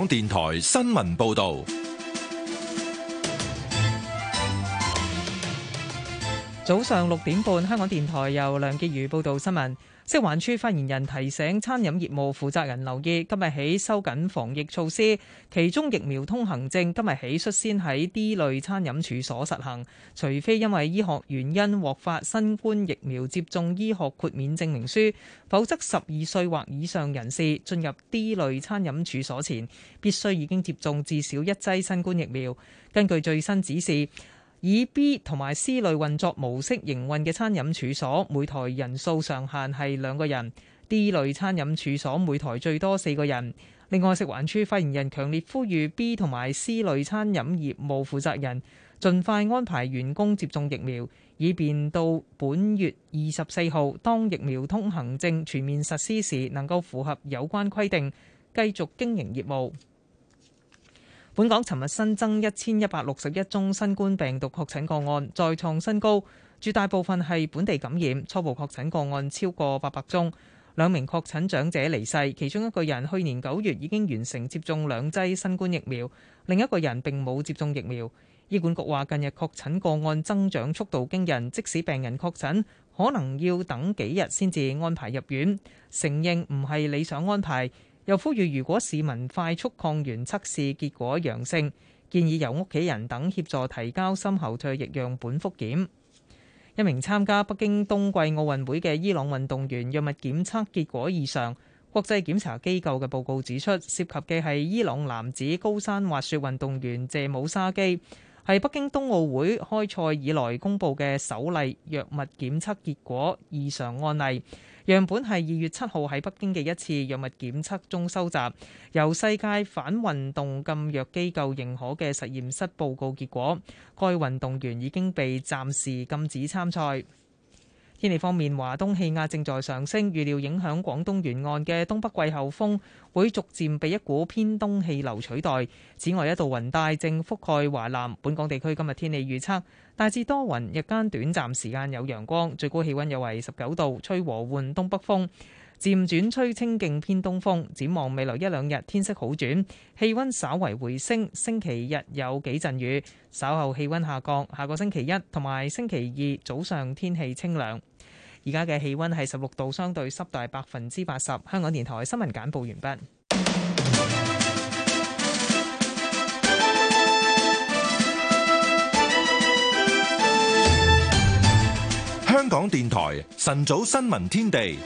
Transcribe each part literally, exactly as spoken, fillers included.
港電台新聞報道。 早上六點半，香港電台由梁潔如報道新聞。食環署發言人提醒餐飲業務負責人留意，今日起收緊防疫措施，其中疫苗通行證今日起率先喺 D 類餐飲處所實行，除非因為醫學原因獲發新冠疫苗接種醫學豁免證明書，否則十二歲或以上人士進入 D 類餐飲處所前，必須已經接種至少一劑新冠疫苗。根據最新指示，以 B 同埋 C 類運作模式營運嘅餐飲處所，每台人數上限係兩個人 ；D 類餐飲處所每台最多四個人。另外，食環署發言人強烈呼籲 B 同埋 C 類餐飲業務負責人盡快安排員工接種疫苗，以便到本月二十四號當疫苗通行證全面實施時，能夠符合有關規定，繼續經營業務。本港尋日新增一千一百六十一宗新冠病毒確診個案，再創新高，絕大部分係本地感染。初步確診個案超過八百宗，兩名確診長者離世，其中一個人去年九月已經完成接種兩劑新冠疫苗，另一個人並冇接種疫苗。醫管局話，近日確診個案增長速度驚人，即使病人確診，可能要等幾日先至安排入院，承認唔係理想安排。又呼籲，如果市民快速抗原測試結果陽性，建議由屋企人等協助提交深喉唾液樣本復檢。一名參加北京冬季奧運會嘅伊朗運動員藥物檢測結果異常，國際檢查機構嘅報告指出，涉及嘅係伊朗男子高山滑雪運動員謝姆沙基，係北京冬奧會開賽以來公佈嘅首例藥物檢測結果異常案例。樣本係二月七號喺北京嘅一次藥物檢測中收集，由世界反運動禁藥機構認可嘅實驗室報告結果，該運動員已經被暫時禁止參賽。天氣方面，華東氣壓正在上升，預料影響廣東沿岸嘅東北季候風會逐漸被一股偏東氣流取代。此外，一道雲帶正覆蓋華南。本港地區今日天氣預測大致多雲，日間短暫時間有陽光，最高氣溫約為十九度，吹和緩東北風，漸轉吹清勁偏東風。展望未來一兩日天色好轉，氣溫稍為回升。星期日有幾陣雨，稍後氣溫下降。下個星期一同埋星期二早上天氣清涼。而家嘅氣溫係十六度，相對濕度百分之八十。香港電台新聞簡報完畢。 香港電台晨早新聞天地，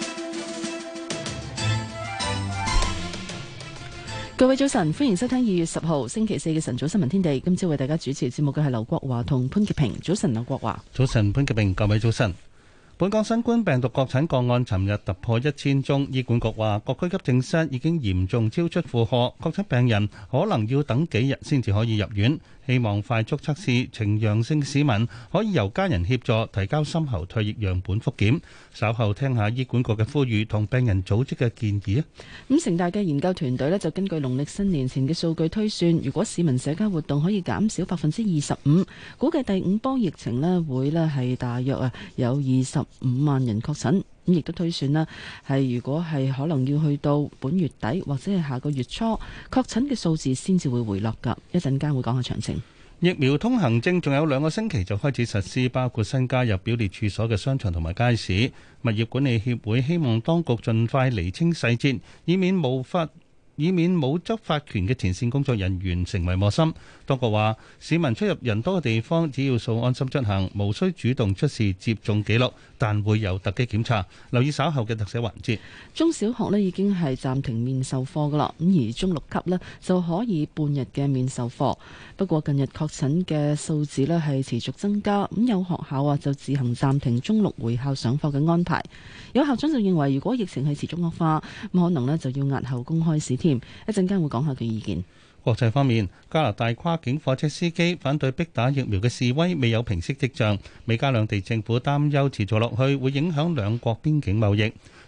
各位早晨，歡迎收聽二月十號星期四嘅晨早新聞天地。今朝為大家主持節目嘅係劉國華同潘潔平。早晨，劉國華。 早晨，潘潔平。各位早晨。本港新冠病毒確診個案尋日突破一千宗，醫管局話各區急症室已經嚴重超出負荷，確診病人可能要等幾日先至可以入院。希望快速測試呈陽性市民可以由家人協助提交深喉唾液樣本復檢。稍後聽下醫管局嘅呼籲同病人組織嘅建議啊。 咁城大嘅研究團隊呢就根據農曆新年前嘅數據推算，如果市民社交活動可以減少百分之二十五，估計第五波疫情呢會呢係大約啊有二十五萬人確診。咁亦都推算啦，係如果係可能要去到本月底或者係下個月初，確診嘅數字先至會回落㗎。一陣間會講下詳情。 疫苗通行證仲有兩個星期就開始實施，包括新加入表列處所嘅商場同埋街市。物業管理協會希望當局盡快釐清細節，以免冇法。以免冇執法權嘅前線工作人員成為磨心。當局話，市民出入人多嘅地方，只要掃安心出行，無需主動出示接種記錄，但會有突擊檢查。留意稍後嘅特寫環節。 中小學呢已經係暫停面授課㗎喇，咁而中六級呢就可以半日嘅面授課。不過近日確診嘅數字呢係持續增加，咁有學校啊就自行暫停中六回校上課嘅安排。有校長就認為，如果疫情係持續惡化，咁可能呢就要押後公開試添。一陣間會講下佢意見。 國際方面，加拿大跨境貨車司機反對逼打疫苗嘅示威未有平息跡象，美加兩地政府擔憂持續落去會影響兩國邊境貿易。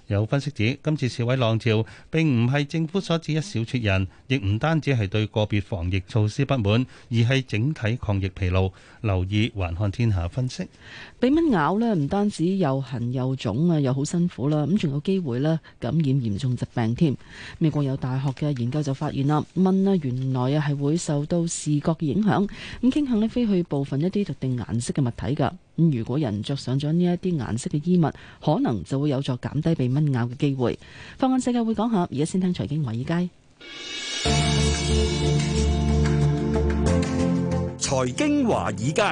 有分析指，今次示威浪潮並唔係政府所指一小撮人，亦唔單止係對個別防疫措施不滿，而係整體抗疫疲勞。留意環看天下分析， 被蚊咬呢，唔單止又痕又腫啊，又好辛苦啦，咁仲有機會呢感染嚴重疾病添。美國有大學嘅研究就發現啦，蚊呢原來啊係會受到視覺嘅影響，咁傾向呢飛去部分一啲特定顏色嘅物體㗎。咁如果人着上咗呢一啲顏色嘅衣物，可能就會有助減低被蚊咬嘅機會。放眼世界會講下，而家先聽財經華爾街。 財經華爾街，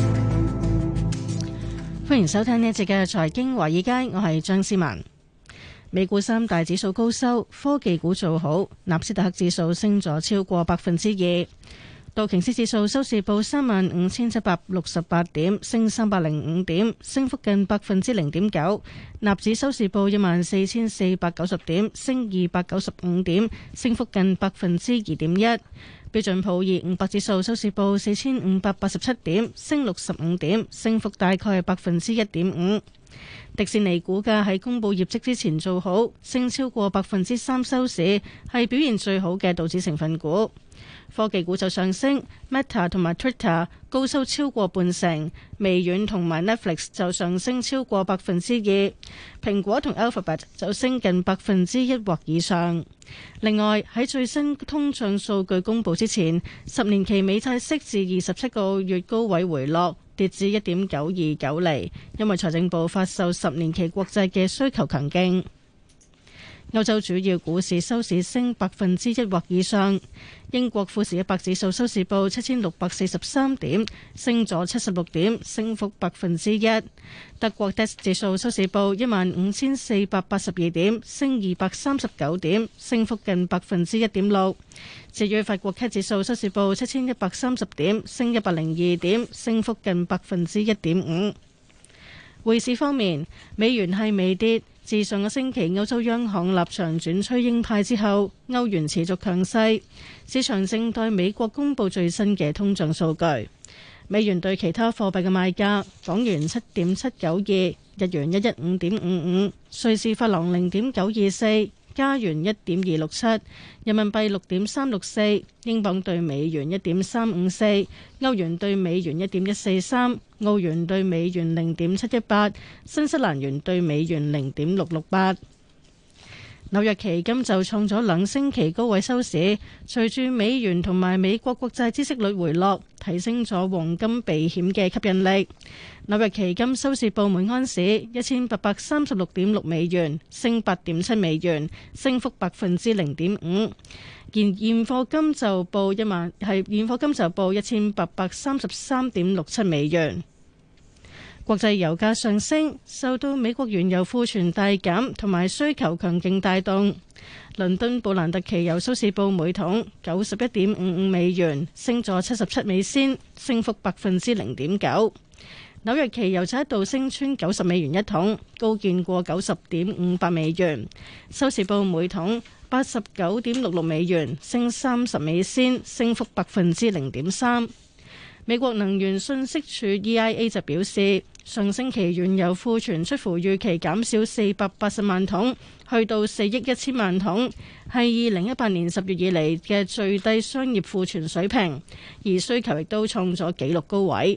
歡迎收聽呢一節嘅財經華爾街，我係張思文。美股三大指數高收，科技股做好，納斯達克指數升咗超過百分之二。道瓊斯指數收市報三萬五千七百六十八點，升三百零五點，升幅近百分之零點九。納指收市報一萬四千四百九十點，升二百九十五點，升幅近百分之二點一。標準普爾五百指數收市報四千五百八十七點，升六十五點，升幅大概係百分之一點五。迪士尼股價喺公佈業績之前做好，升超過百分之三收市，係表現最好嘅道指成分股。科技股就上升 ，Meta 同埋 Twitter 高收超過半成，微軟同埋 Netflix 就上升超過百分之二，蘋果同 Alphabet 就升近百分之一或以上。另外喺最新通脹數據公佈之前，十年期美債息至二十七個月高位回落，跌至一點九二九厘，因為財政部發售十年期國債嘅需求強勁。歐洲主要股市收市升百分之一或以上。英國富時一百指數收市報七千六百四十三點，升咗七十六點，升幅百分之一。德國 D A X 指數收市報一萬五千四百八十二點，升二百三十九點，升幅近百分之一點六。至於法國 C A C 指數收市報七千一百三十點，升一百零二點，升幅近百分之一點五。匯市方面，美元係微跌。自上個星期歐洲央行立場轉趨鷹派之後，歐元持續強勢，市場正待美國公布最新嘅通脹數據。美元對其他貨幣嘅賣價：港元七點七九二，日元一一五點五五，瑞士法郎零點九二四，加元一點二六七，人民幣六點三六四，英鎊對美元一點三五四，歐元對美元一點一四三，澳元對美元零點七一八，新西蘭元對美元零點六六八。紐約期金就創咗兩星期高位收市，隨住美元同埋美國國債孳息率回落，提升咗黃金避險嘅吸引力。紐約期金收市報每安士一千八百三十六點六美元，升八點七美元，升幅百分之零點五。而現貨金就報一萬係現貨金就報一千八百三十三點六七美元。國際油價上升，受到美國原油庫存大減同埋需求強勁帶動。倫敦布蘭特期油收市報每桶九十一點五五美元，升咗七十七美仙，升幅百分之零點九。紐約期油就一度升穿九十美元一桶，高見過九十點五八美元，收市報每桶八十九點六六美元，升三十美仙，升幅百分之零點三。美國能源信息署 E I A 就表示，上星期原油庫存出乎預期減少四百八十萬桶，去到四億一千萬桶，係二零一八年十月以嚟嘅最低商業庫存水平，而需求亦都創咗紀錄高位。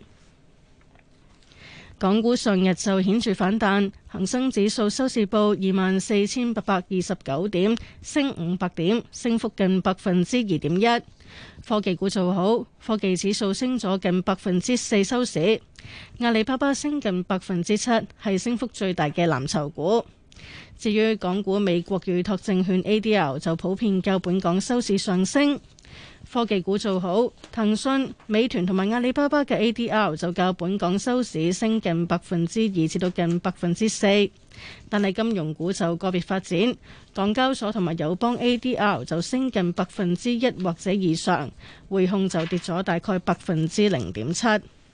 港股上日就顯著反彈，恒生指數收市報二萬四千八百二十九點，升五百點，升幅近百分之二點一。科技股做好，科技指數升咗近百分之四收市。阿里巴巴升近百分之七，係升幅最大嘅藍籌股。至於港股美國預託證券 A D R 就普遍較本港收市上升。科技股做好，騰訊、美團同埋阿里巴巴嘅 A D R 就較本港收市升近百分之二至到近百分之四，但係金融股就個別發展，港交所同埋友邦 A D R 就升近百分之一或者以上，匯控就跌咗大概百分之零點七。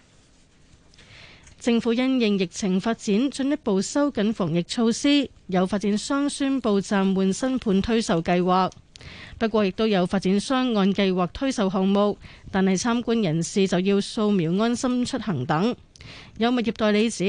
政府因應疫情發展，進一步收緊防疫措施，有發展商宣布暫緩新盤推售計劃。不過，亦都有發展商按計劃推售項目，但係參觀人士就要掃描安心出行等。有物業代理指，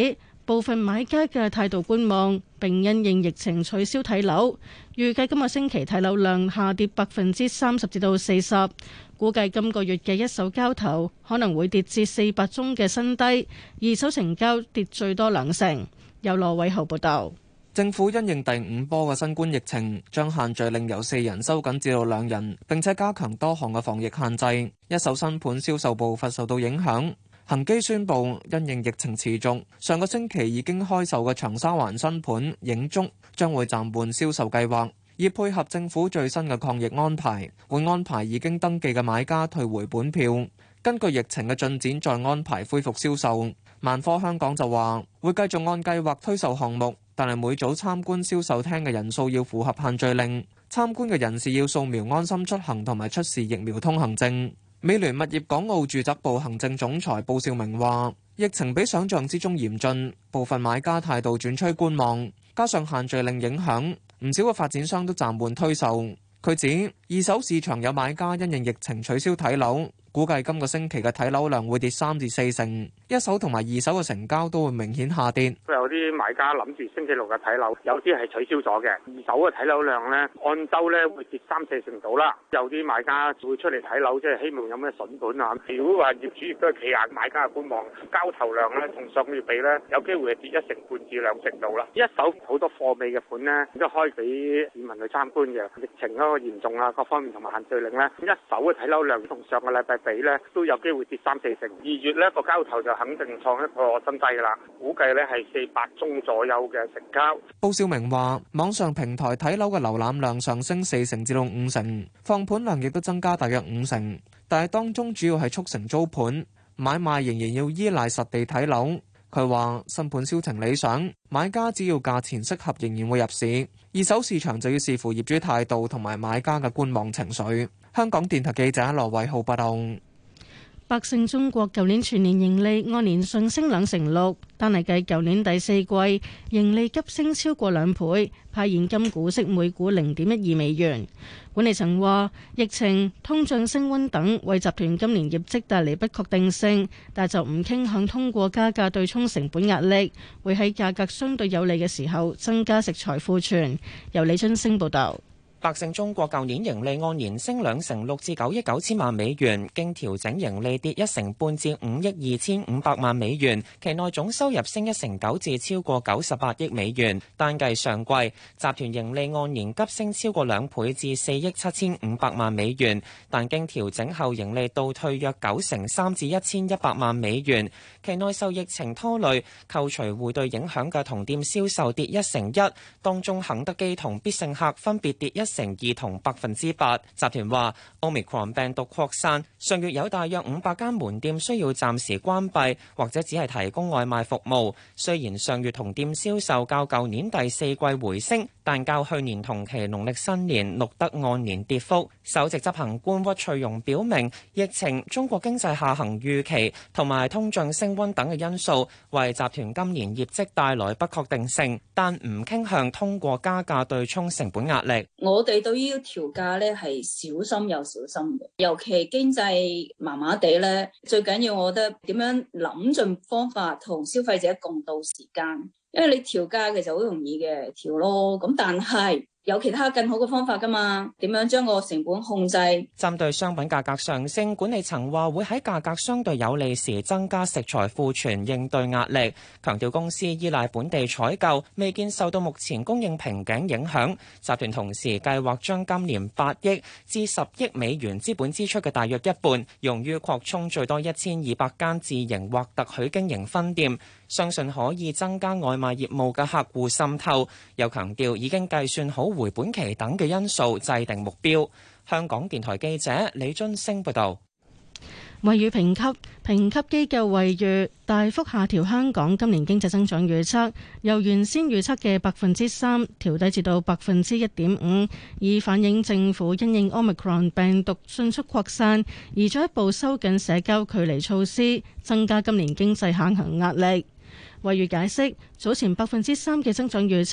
部分買家嘅態度觀望，並因應疫情取消睇樓。預計今個星期睇樓量下跌百分之三十至到四十，估計今個月嘅一手交投可能會跌至四百宗嘅新低，二手成交跌最多兩成。由羅偉豪報導。 政府因應第五波嘅新冠疫情，將限聚令由四人收緊至到兩人，並且加強多項嘅防疫限制。一手新盤銷售步伐受到影響。恒基宣布，因應疫情持續，上個星期已經開售嘅長沙灣新盤影築將會暫緩銷售計劃，以配合政府最新嘅抗疫安排，會安排已經登記嘅買家退回本票，根據疫情嘅進展再安排恢復銷售。萬科香港就話會繼續按計劃推售項目，但係每組參觀銷售廳嘅人數要符合限聚令，參觀嘅人士要掃描安心出行同埋出示疫苗通行證。美聯物業港澳住宅部行政總裁布少明話，疫情比想象之中嚴峻，部分買家態度轉趨觀望，加上限聚令影響，唔少嘅發展商都暫緩推售。佢指二手市場有買家因應疫情取消睇樓，估計今個星期嘅睇樓量會跌三至四成，一手同埋二手嘅成交都會明顯下跌。 有啲買家諗住星期六嘅睇樓，有啲係取消咗嘅。二手嘅睇樓量呢，按周呢會跌三四成度啦。有啲買家會出嚟睇樓，即係希望有咩筍盤啊。如果話業主亦都係企硬，買家嘅觀望，交投量呢同上個月比呢，有機會係跌一成半至兩成度啦。一手好多貨尾嘅盤呢，都開俾市民去參觀嘅。疫情嗰個嚴重啊，各方面同埋限聚令呢，一手嘅睇樓量同上個禮拜比呢都有機會跌三四成。二月呢個交投就肯定創一個新低噶啦，估計呢係四百宗左右嘅成交。 布少明話，網上平台睇樓嘅瀏覽量上升四成至到五成，放盤量亦都增加大約五成，但係當中主要係促成租盤，買賣仍然要依賴實地睇樓。佢話新盤銷情理想，買家只要價錢適合仍然會入市，二手市場就要視乎業主態度同埋買家嘅觀望情緒。香港電台記者羅偉浩報道。 百勝中國舊年全年盈利按年上升兩成六，但係計舊年第四季盈利急升超過兩倍，派現金股息每股零點一二美元。管理層話，疫情、通脹升溫等為集團今年業績帶嚟不確定性，但就唔傾向通過加價對沖成本壓力，會喺價格相對有利嘅時候增加食材庫存。由李津升報導。 百勝中國舊年盈利按年升兩成六至九億九千萬美元，經調整盈利跌一成半至五億二千五百萬美元。期內總收入升一成九至超過九十八億美元。單計上季，集團盈利按年急升超過兩倍至四億七千五百萬美元，但經調整後盈利倒退約九成三至一千一百萬美元。期內受疫情拖累，扣除匯兌影響嘅同店銷售跌一成一，當中肯德基同必勝客分別跌一成二同百分之八。集團話 Omicron 病毒擴散，上月有大約五百間門店需要暫時關閉，或者只係提供外賣服務。雖然上月同店銷售較舊年第四季回升，但較去年同期農曆新年錄得按年跌幅。首席執行官屈翠容表明，疫情、中國經濟下行預期同埋通脹升溫等嘅因素，為集團今年業績帶來不確定性，但唔傾向通過加價對沖成本壓力。 我哋對於調價咧係小心又小心嘅，尤其經濟麻麻地咧，最緊要我覺得點樣諗盡方法同消費者共度時間，因為你調價其實好容易嘅調咯，咁但係有其他更好嘅方法㗎嘛？點樣將個成本控制？ 針對商品價格上升，管理層話會喺價格相對有利時增加食材庫存，應對壓力。強調公司依賴本地採購，未見受到目前供應瓶頸影響。集團同時計劃將今年八億至十億美元資本支出嘅大約一半，用於擴充最多一千二百間自營或特許經營分店，相信可以增加外賣業務嘅客戶滲透。又強調已經計算好回本期等嘅因素，制定目標。香港電台記者李津升報道。 惠譽評級，評級機構惠譽大幅下調香港今年經濟增長預測，由原先預測嘅百分之三調低至到百分之一點五，以反映政府因應 Omicron 病毒迅速擴散而進一步收緊社交距離措施，增加今年經濟下行壓力。惠譽解釋，早前百分之三嘅增長預測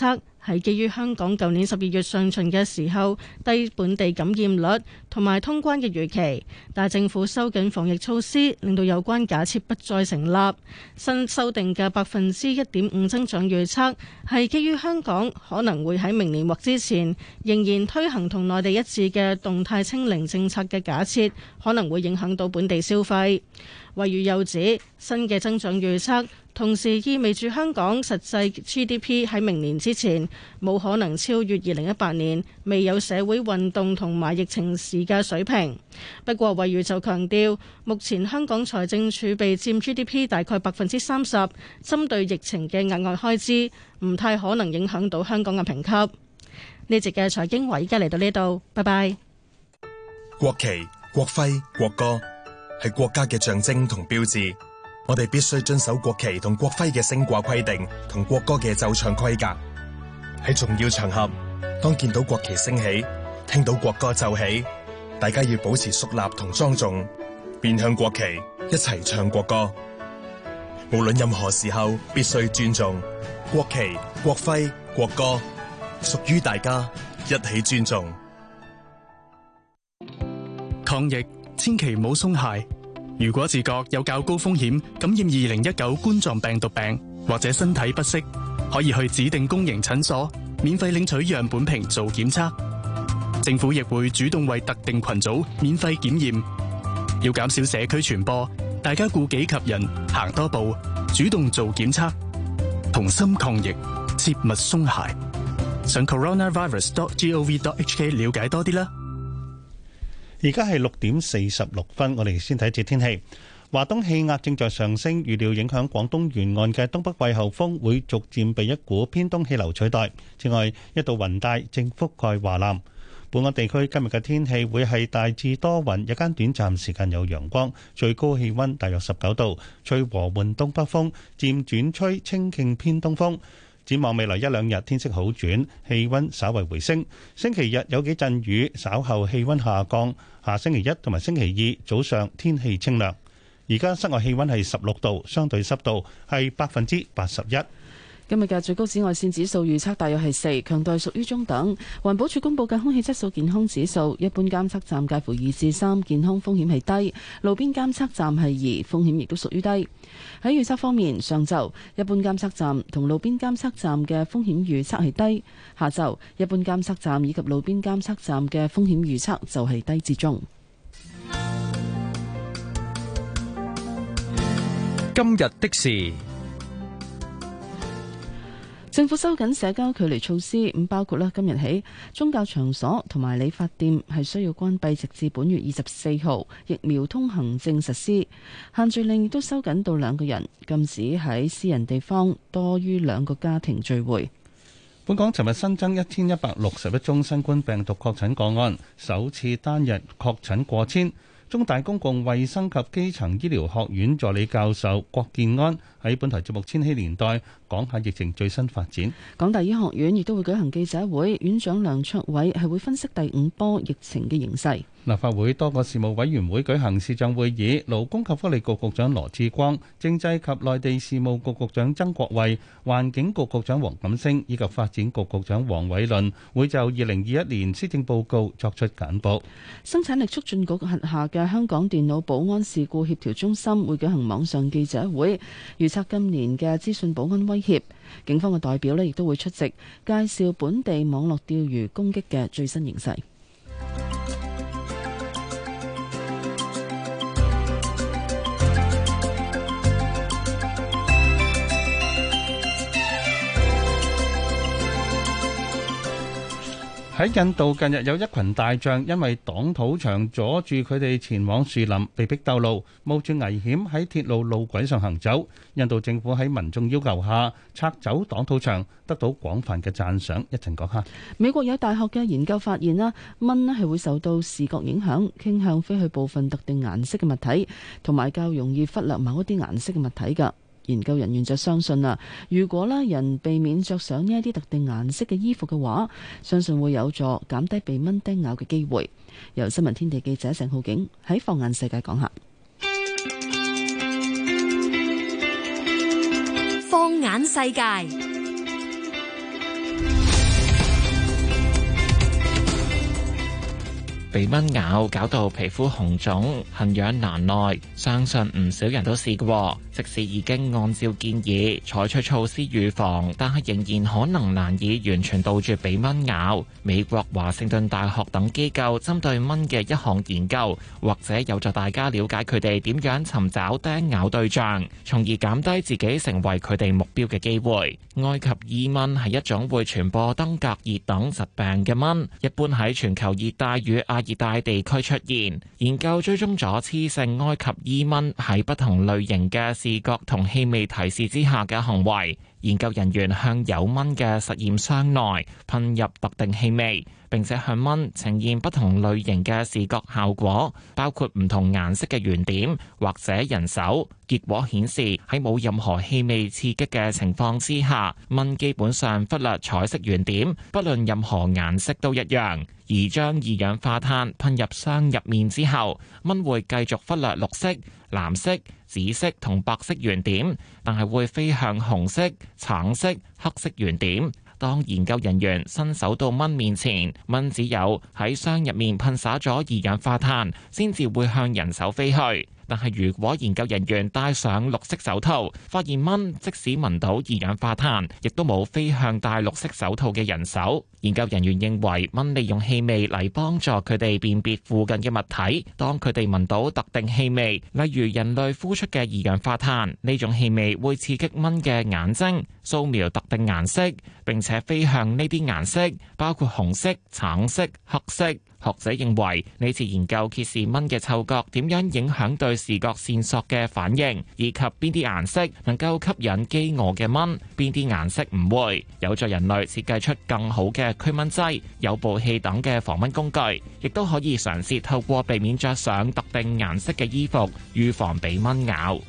係基於香港舊年十二月上旬嘅時候低本地感染率同埋通關嘅預期，但政府收緊防疫措施，令到有關假設不再成立。新修訂嘅百分之一點五增長預測係基於香港可能會喺明年或之前仍然推行同內地一致嘅動態清零政策嘅假設，可能會影響到本地消費。惠譽又指，新嘅增長預測同時意味住香港實際 G D P 喺明年之前冇可能超越二零一八年未有社會運動同埋疫情時嘅水平。不過惠譽就強調，目前香港財政儲備佔 G D P 大概百分之三十，針對疫情嘅額外開支唔太可能影響到香港嘅評級。呢節嘅財經話，而家嚟到呢度，拜拜。 國旗、國徽、國歌係國家嘅象徵同標誌，我哋必須遵守國旗同國徽嘅升掛規定同國歌嘅奏唱規格。喺重要場合，當見到國旗升起，聽到國歌奏起，大家要保持肅立同莊重，面向國旗，一齊唱國歌。無論任何時候，必須尊重國旗、國徽、國歌，屬於大家，一起尊重。 抗疫千祈唔好鬆懈。如果自覺有較高風險感染二零一九冠狀病毒病，或者身體不適，可以去指定公營診所免費領取樣本瓶做檢測。政府亦會主動為特定群組免費檢驗。要減少社區傳播，大家顧己及人，行多步，主動做檢測，同心抗疫，切勿鬆懈。上 coronavirus dot gov dot hk 了解多啲啦。 而家係六點四十六分，我哋先睇一節天氣。華東氣壓正在上升，預料影響廣東沿岸嘅東北季候風會逐漸被一股偏東氣流取代。此外，一道雲帶正覆蓋華南。本港地區今日嘅天氣會係大致多雲，日間短暫時間有陽光，最高氣溫大約十九度，吹和緩東北風，漸轉吹清勁偏東風。展望未來一兩日天色好轉，氣溫稍為回升。星期日有幾陣雨，稍後氣溫下降。下星期一同埋星期二早上天氣清涼。而家室外氣溫係十六度，相對濕度係百分之八十一。 今日嘅最高紫外線指數預測大約係四，強度屬於中等。環保署公布嘅空氣質素健康指數，一般監測站介乎二至三，健康風險係低；路邊監測站係二，風險亦都屬於低。喺預測方面，上晝一般監測站同路邊監測站嘅風險預測係低；下晝一般監測站以及路邊監測站嘅風險預測就係低至中。 今日的事。 政府收緊社交距離措施，咁包括啦，今日起宗教場所同埋理髮店係需要關閉，直至本月二十四號。疫苗通行證實施，限聚令亦都收緊到兩個人，禁止喺私人地方多於兩個家庭聚會。 本港尋日新增一千一百六十一宗新冠病毒確診個案，首次單日確診過千。中大公共衛生及基層醫療學院助理教授郭建安喺本台節目《千禧年代》講下疫情最新發展。 港大醫學院亦都會舉行記者會，院長梁卓偉係會分析第五波疫情嘅形勢。 立法會多個事務委員會舉行視像會議，勞工及福利局局長羅致光、政制及內地事務局局長曾國衛、環境局局長黃錦星以及發展局局長黃偉綸會就二零二一年施政報告作出簡報。 生產力促進局轄下嘅香港電腦保安事故協調中心會舉行網上記者會，預測今年嘅資訊保安威脅。警方嘅代表呢亦都會出席，介紹本地網絡釣魚攻擊嘅最新形勢。 喺印度近日有一群大象因為擋土牆阻住佢哋前往樹林，被逼兜路，冒住危險喺鐵路路軌上行走。印度政府喺民眾要求下拆走擋土牆，得到廣泛嘅讚賞。一陣講下。 美國有大學嘅研究發現啦，蚊咧係會受到視覺影響，傾向飛去部分特定顏色嘅物體，同埋較容易忽略某一啲顏色嘅物體㗎。研究人員就相信啦，如果啦人避免着上呢一啲特定顏色嘅衣服嘅話，相信會有助減低被蚊叮咬嘅機會。由新聞天地記者鄭浩景喺放眼世界講下。 放眼世界。 被蚊咬搞到皮膚紅腫、痕癢難耐，相信唔少人都試過。即使已經按照建議採取措施預防，但係仍然可能難以完全杜絕被蚊咬。美國華盛頓大學等機構針對蚊嘅一項研究，或者有助大家了解佢哋點樣尋找叮咬對象，從而減低自己成為佢哋目標嘅機會。埃及伊蚊係一種會傳播登革熱等疾病嘅蚊，一般喺全球熱帶與亞熱帶地區出現。研究追蹤咗雌性埃及伊蚊喺不同類型嘅視覺同氣味提示之下嘅行為。研究人員向有蚊嘅實驗箱內噴入特定氣味，並且向蚊呈現不同類型嘅視覺效果，包括唔同顏色嘅圓點或者人手。結果顯示喺冇任何氣味刺激嘅情況之下，蚊基本上忽略彩色圓點，不論任何顏色都一樣。而將二氧化碳噴入箱入面之後，蚊會繼續忽略綠色、藍色、紫色同白色圓點，但係會飛向紅色、橙色、黑色圓點。當研究人員伸手到蚊面前，蚊只有喺箱入面噴灑咗二氧化碳，先至會向人手飛去。但係如果研究人員戴上綠色手套，發現蚊即使聞到二氧化碳，亦都冇飛向戴綠色手套嘅人手。研究人員認為蚊利用氣味嚟幫助佢哋辨別附近嘅物體。當佢哋聞到特定氣味，例如人類呼出嘅二氧化碳，呢種氣味會刺激蚊嘅眼睛，掃描特定顏色，並且飛向呢啲顏色，包括紅色、橙色、黑色。學者認為呢次研究揭示蚊嘅嗅覺點樣影響對視覺線索嘅反應，以及邊啲顏色能夠吸引飢餓嘅蚊，邊啲顏色唔會，有助人類設計出更好嘅驅蚊劑、誘捕器等嘅防蚊工具，亦都可以嘗試透過避免着上特定顏色嘅衣服，預防被蚊咬。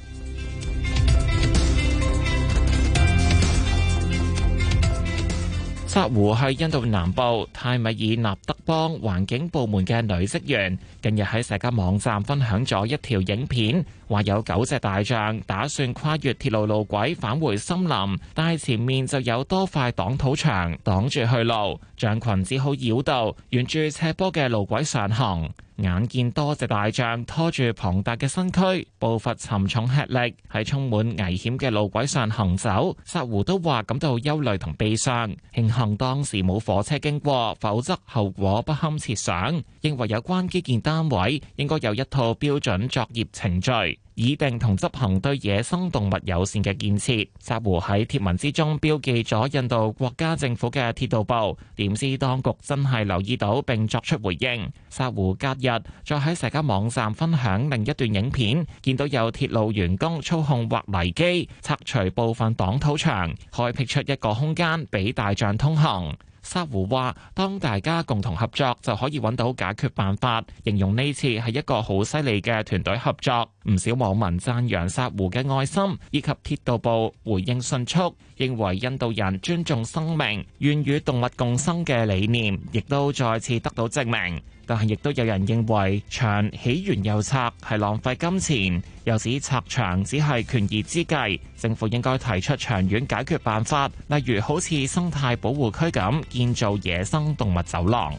薩湖係印度南部泰米爾納德邦環境部門嘅女職員，近日喺社交網站分享咗一條影片，話有九隻大象打算跨越鐵路路軌返回森林，但係前面就有多塊擋土牆擋住去路，象群只好繞道沿住斜坡嘅路軌上行。眼見多隻大象拖住龐大嘅身軀，步伐沉重吃力，喺充滿危險嘅路軌上行走，薩湖都話感到憂慮同悲傷。慶幸當時冇火車經過，否則後果不堪設想。認為有關基建單位應該有一套標準作業程序，擬定同執行對野生動物友善嘅建設。薩湖喺貼文之中標記咗印度國家政府嘅鐵道部，點知當局真係留意到並作出回應。薩湖隔日再喺社交網站分享另一段影片，見到有鐵路員工操控挖泥機拆除部分擋土牆，開闢出一個空間俾大象通行。薩湖話：當大家共同合作，就可以揾到解決辦法。形容呢次係一個好犀利嘅團隊合作。唔少網民讚揚薩湖嘅愛心，以及鐵道部回應迅速，認為印度人尊重生命、願與動物共生嘅理念，亦都再次得到證明。但係亦都有人認為牆起完又拆係浪費金錢，又指拆牆只係權宜之計，政府應該提出長遠解決辦法，例如好似生態保護區咁建造野生動物走廊。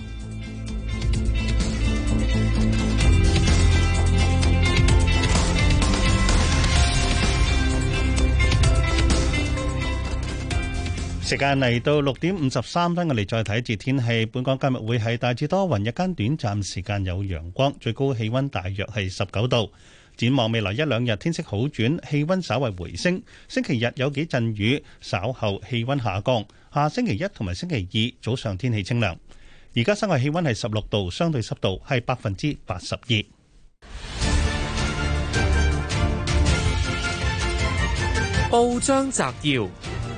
時間嚟到六點五十三分，我哋再睇一節天氣。本港今日會係大致多雲，日間短暫時間有陽光，最高氣溫大約係十九度。展望未來一兩日天色好轉，氣溫稍為回升。星期日有幾陣雨，稍後氣溫下降。下星期一同埋星期二早上天氣清涼。而家室外氣溫係十六度，相對濕度係百分之八十二。 報章摘要。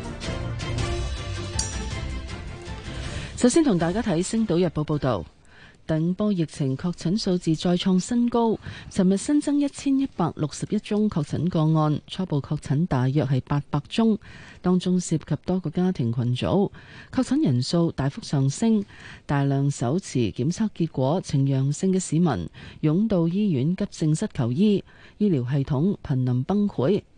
首先同大家睇《星島日報》報道，第五波疫情確診數字再創新高，尋日新增一千一百六十一宗確診個案，初步確診大約係八百宗，當中涉及多個家庭群組，確診人數大幅上升，大量手持檢測結果呈陽性嘅市民湧到醫院急症室求醫，醫療系統瀕臨崩潰。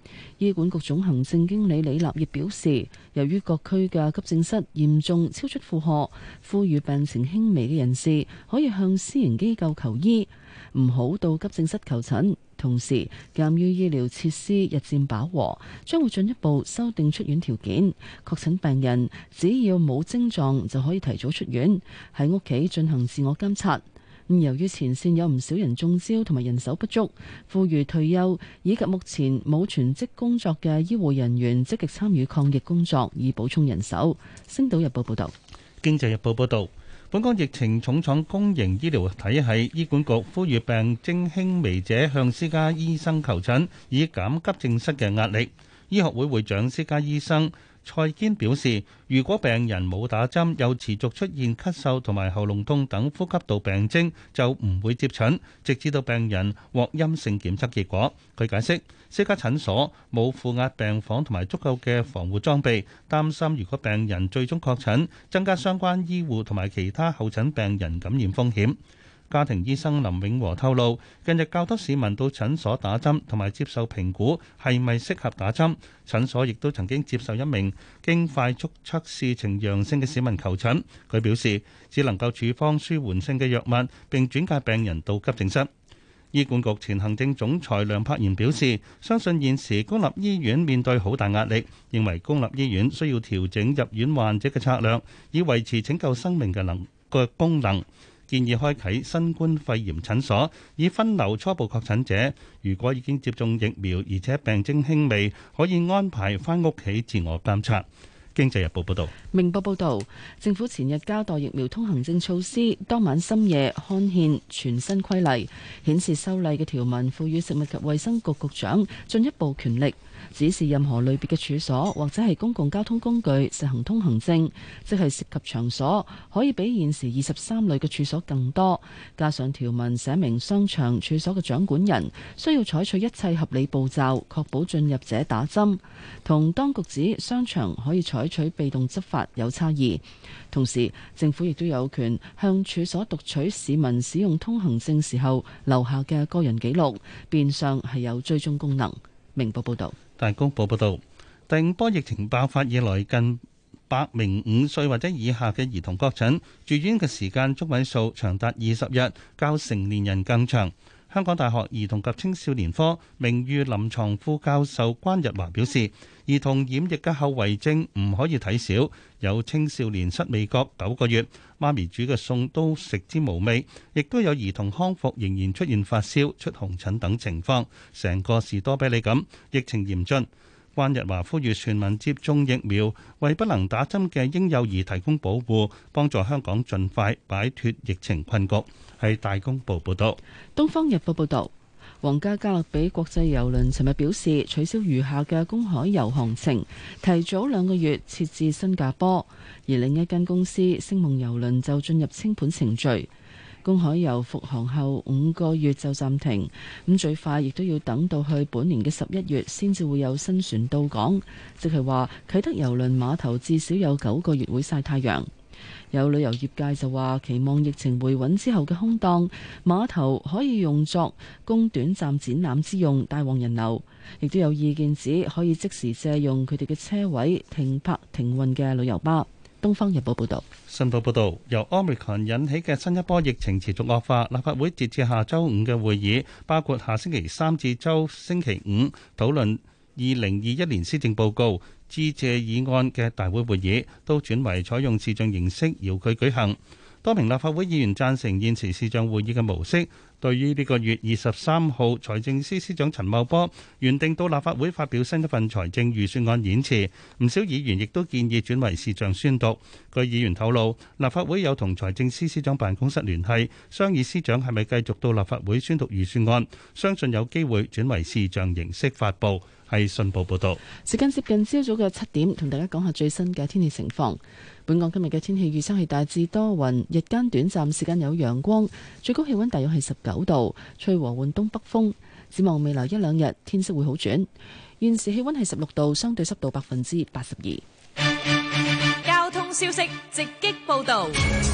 醫管局總行政經理李立業表示，由於各區嘅急症室嚴重超出負荷，呼籲病情輕微嘅人士可以向私營機構求醫，唔好到急症室求診。同時，鑑於醫療設施日漸飽和，將會進一步修訂出院條件。確診病人只要冇症狀就可以提早出院，喺屋企進行自我監察。咁由於前線有唔少人中招同埋人手不足，呼籲退休以及目前冇全職工作嘅醫護人員積極參與抗疫工作，以補充人手。星島日報報道。 經濟日報報導。本港疫情重創公營醫療體系，醫管局呼籲病徵輕微者向私家醫生求診，以減急症室嘅壓力。醫學會會長私家醫生蔡堅表示，如果病人冇打針，又持續出現咳嗽同埋喉嚨痛等呼吸道病徵，就唔會接診，直至到病人獲陰性檢測結果。佢解釋，私家診所冇負壓病房同埋足夠嘅防護裝備，擔心如果病人最終確診，增加相關醫護同埋其他候診病人感染風險。家庭醫生林永和透露，近日較多市民到診所打針同埋接受評估係咪適合打針。診所亦都曾經接受一名經快速測試呈陽性嘅市民求診，佢表示只能夠處方舒緩性嘅藥物，並轉介病人到急症室。醫管局前行政總裁梁柏賢表示，相信現時公立醫院面對好大壓力，認為公立醫院需要調整入院患者嘅策略，以維持拯救生命嘅能嘅功能。建議開啓新冠肺炎診所，以分流初步確診者。如果已經接種疫苗，而且病徵輕微，可以安排返屋企自我監察。經濟日報報導。 明報報導，政府前日交代疫苗通行證措施，當晚深夜刊憲全新規例，顯示修例嘅條文賦予食物及衛生局局長進一步權力，指示任何類別嘅處所或者係公共交通工具實行通行證，即係涉及場所可以比現時二十三類嘅處所更多。加上條文寫明商場處所嘅掌管人需要採取一切合理步驟，確保進入者打針，同當局指商場可以採取被動執法有差異。同時，政府亦都有權向處所讀取市民使用通行證時候留下嘅個人記錄，變相係有追蹤功能。明報報導。 大公報報導，第五波疫情爆發以來，近百名五歲或者以下嘅兒童確診，住院嘅時間中位數長達二十日，較成年人更長。香港大學兒童及青少年科名譽臨床副教授關日華表示，兒童染疫嘅後遺症唔可以睇小，有青少年失味覺九個月，媽咪煮嘅餸都食之無味，亦都有兒童康復仍然出現發燒、出紅疹等情況，成個士多啤梨咁，疫情嚴峻。關日華呼籲全民接種疫苗，為不能打針嘅嬰幼兒提供保護，幫助香港盡快擺脫疫情困局。係大公報報道。 東方日報報道，皇家加勒比國際郵輪尋日表示取消餘下嘅公海遊航程，提早兩個月撤至新加坡，而另一間公司星夢郵輪就進入清盤程序。公海遊復航後五個月就暫停，咁最快亦都要等到去本年嘅十一月先至會有新船到港，即係話啟德郵輪碼頭至少有九個月會曬太陽。有旅遊業界就話期望疫情回穩之後嘅空檔碼頭可以用作供短暫展覽之用，帶旺人流。亦都有意見指可以即時借用佢哋嘅車位停泊停運嘅旅遊巴。東方日報報道。 信報報道，由 Omicron 引起嘅新一波疫情持續惡化，立法會截至下周五嘅會議，包括下星期三至周星期五討論二零二一年施政報告致謝議案嘅大會會議，都轉為採用視像形式遙距舉行。多名立法會議員贊成現時視像會議嘅模式。對於呢個月二十三號財政司司長陳茂波原定到立法會發表新一份財政預算案演辭，唔少議員亦都建議轉為視像宣讀。據議員透露，立法會有同財政司司長辦公室聯繫，商議司長係咪繼續到立法會宣讀預算案，相信有機會轉為視像形式發布。係信報報導。 時間接近朝早嘅七點，同大家講下最新嘅天氣情況。本港今日嘅天氣預測係大致多雲，日間短暫時間有陽光，最高氣溫大約係十九度，吹和緩東北風。展望未來一兩日，天色會好轉。現時氣溫係十六度，相對濕度百分之八十二。 交通消息直擊報導。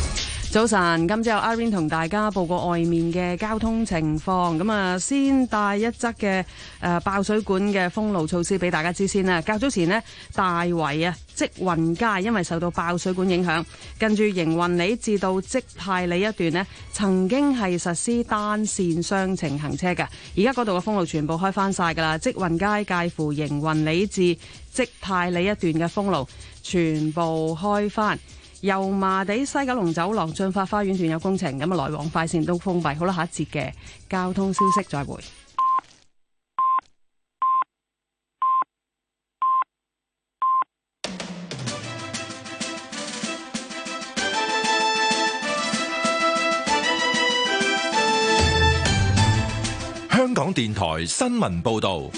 早晨，今朝有 Irene 同大家報告外面嘅交通情況。咁啊，先帶一則嘅誒爆水管嘅封路措施俾大家知先啦。較早前呢，大圍啊積運街因為受到爆水管影響，近住營運里至到積泰里一段呢，曾經係實施單線雙程行車嘅。而家嗰度嘅封路全部開翻晒㗎啦。積運街介乎營運里至積泰里一段嘅封路全部開翻。油麻地西九龍走廊進發花園段有工程，咁啊來往快線都封閉。好啦，下一節嘅交通消息再會。 香港電台新聞報道。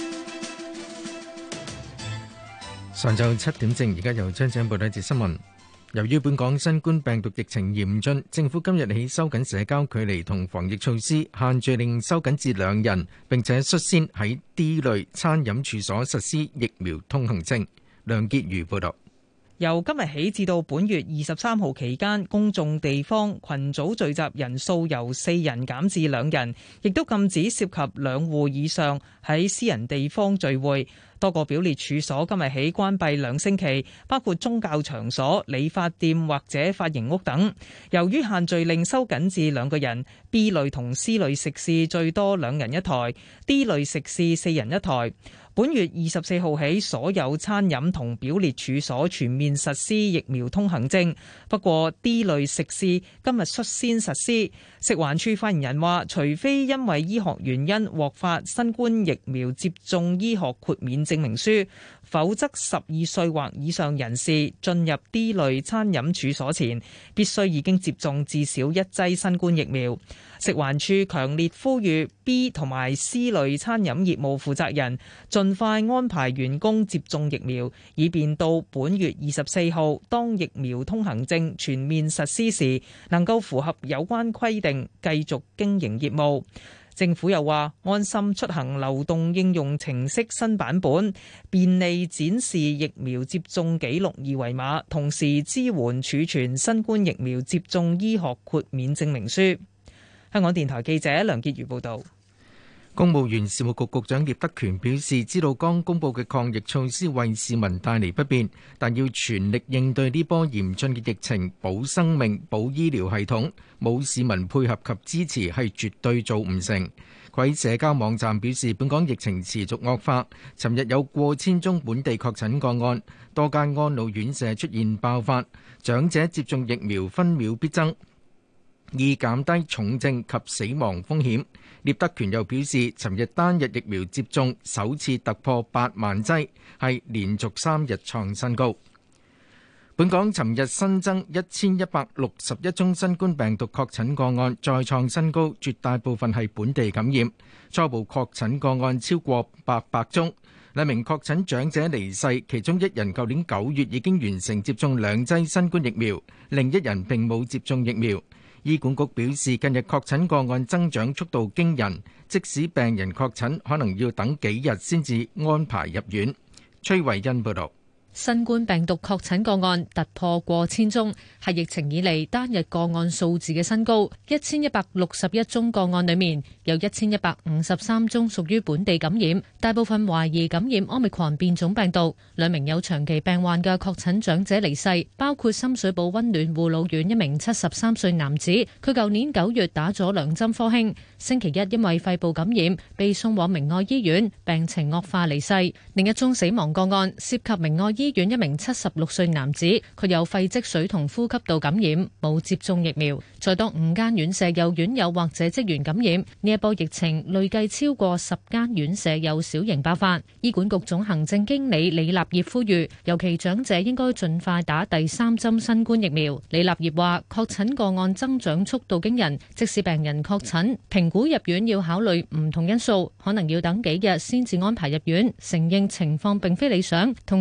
上晝七點正，而家由張姐報道一節新聞。由於本港新冠病毒疫情嚴峻，政府今日起收緊社交距離同防疫措施，限聚令收緊至兩人，並且率先喺 D 類餐飲處所實施疫苗通行證。梁潔如報導。 由今日起至到本月二十三號期間，公眾地方群組聚集人數由四人減至兩人，亦都禁止涉及兩戶以上喺私人地方聚會。多個表列處所今日起關閉兩星期，包括宗教場所、理髮店或者髮型屋等。由於限聚令收緊至兩個人， B 類同 C 類食肆最多兩人一台， D 類食肆四人一台。本月二十四號起，所有餐飲同表列處所全面實施疫苗通行證。不過 D 類食肆今日率先實施。食環署發言人話，除非因為醫學原因獲發新冠疫苗接種醫學豁免證明書，否則十二歲或以上人士進入 D 類餐飲處所前，必須已經接種至少一劑新冠疫苗。食環署強烈呼籲 B 同埋 C 類餐飲業務負責人盡快安排員工接種疫苗，以便到本月二十四號當疫苗通行證全面實施時，能夠符合有關規定，繼續經營業務。政府又話，安心出行流動應用程式新版本便利展示疫苗接種記錄二維碼，同時支援儲存新冠疫苗接種醫學豁免證明書。香港電台記者梁潔如報導。 公務員事務局局長聶德權表示，知道剛公布嘅抗疫措施為市民帶嚟不便，但要全力應對呢波嚴峻嘅疫情，保生命、保醫療系統，冇市民配合及支持係絕對做唔成。佢喺社交網站表示，本港疫情持續惡化，尋日有過千宗本地確診個案，多間安老院舍出現爆發，長者接種疫苗分秒必爭，以減低重症及死亡風險。聶德權又表示，尋日單日疫苗接種首次突破八萬劑，係連續三日創新高。本港尋日新增一千一百六十一宗新冠病毒確診個案，再創新高，絕大部分係本地感染。初步確診個案超過八百宗，兩名確診長者離世，其中一人舊年九月已經完成接種兩劑新冠疫苗，另一人並冇接種疫苗。醫管局表示，近日確診個案增長速度驚人，即使病人確診，可能要等幾日先至安排入院。崔慧欣報導。 新冠病毒確診個案突破過千宗，係疫情以嚟單日個案數字嘅新高。一千一百六十一宗個案裏面，有一千一百五十三宗屬於本地感染，大部分懷疑感染 Omicron 變種病毒。兩名有長期病患嘅確診長者離世，包括深水埗溫暖護老院一名七十三歲男子，佢舊年九月打咗兩針科興，星期一因為肺部感染被送往明愛醫院，病情惡化離世。另一宗死亡個案涉及明愛醫院一名七十六歲男子，佢有肺積水同呼吸道感染，冇接種疫苗。再多五間院舍有院友或者職員感染，呢一波疫情累計超過十間院舍有小型爆發。醫管局總行政經理李立業呼籲，尤其長者應該盡快打第三針新冠疫苗。李立業話，確診個案增長速度驚人，即使病人確診，評估入院要考慮唔同因素，可能要等幾日先至安排入院。承認情況並非理想，同時建議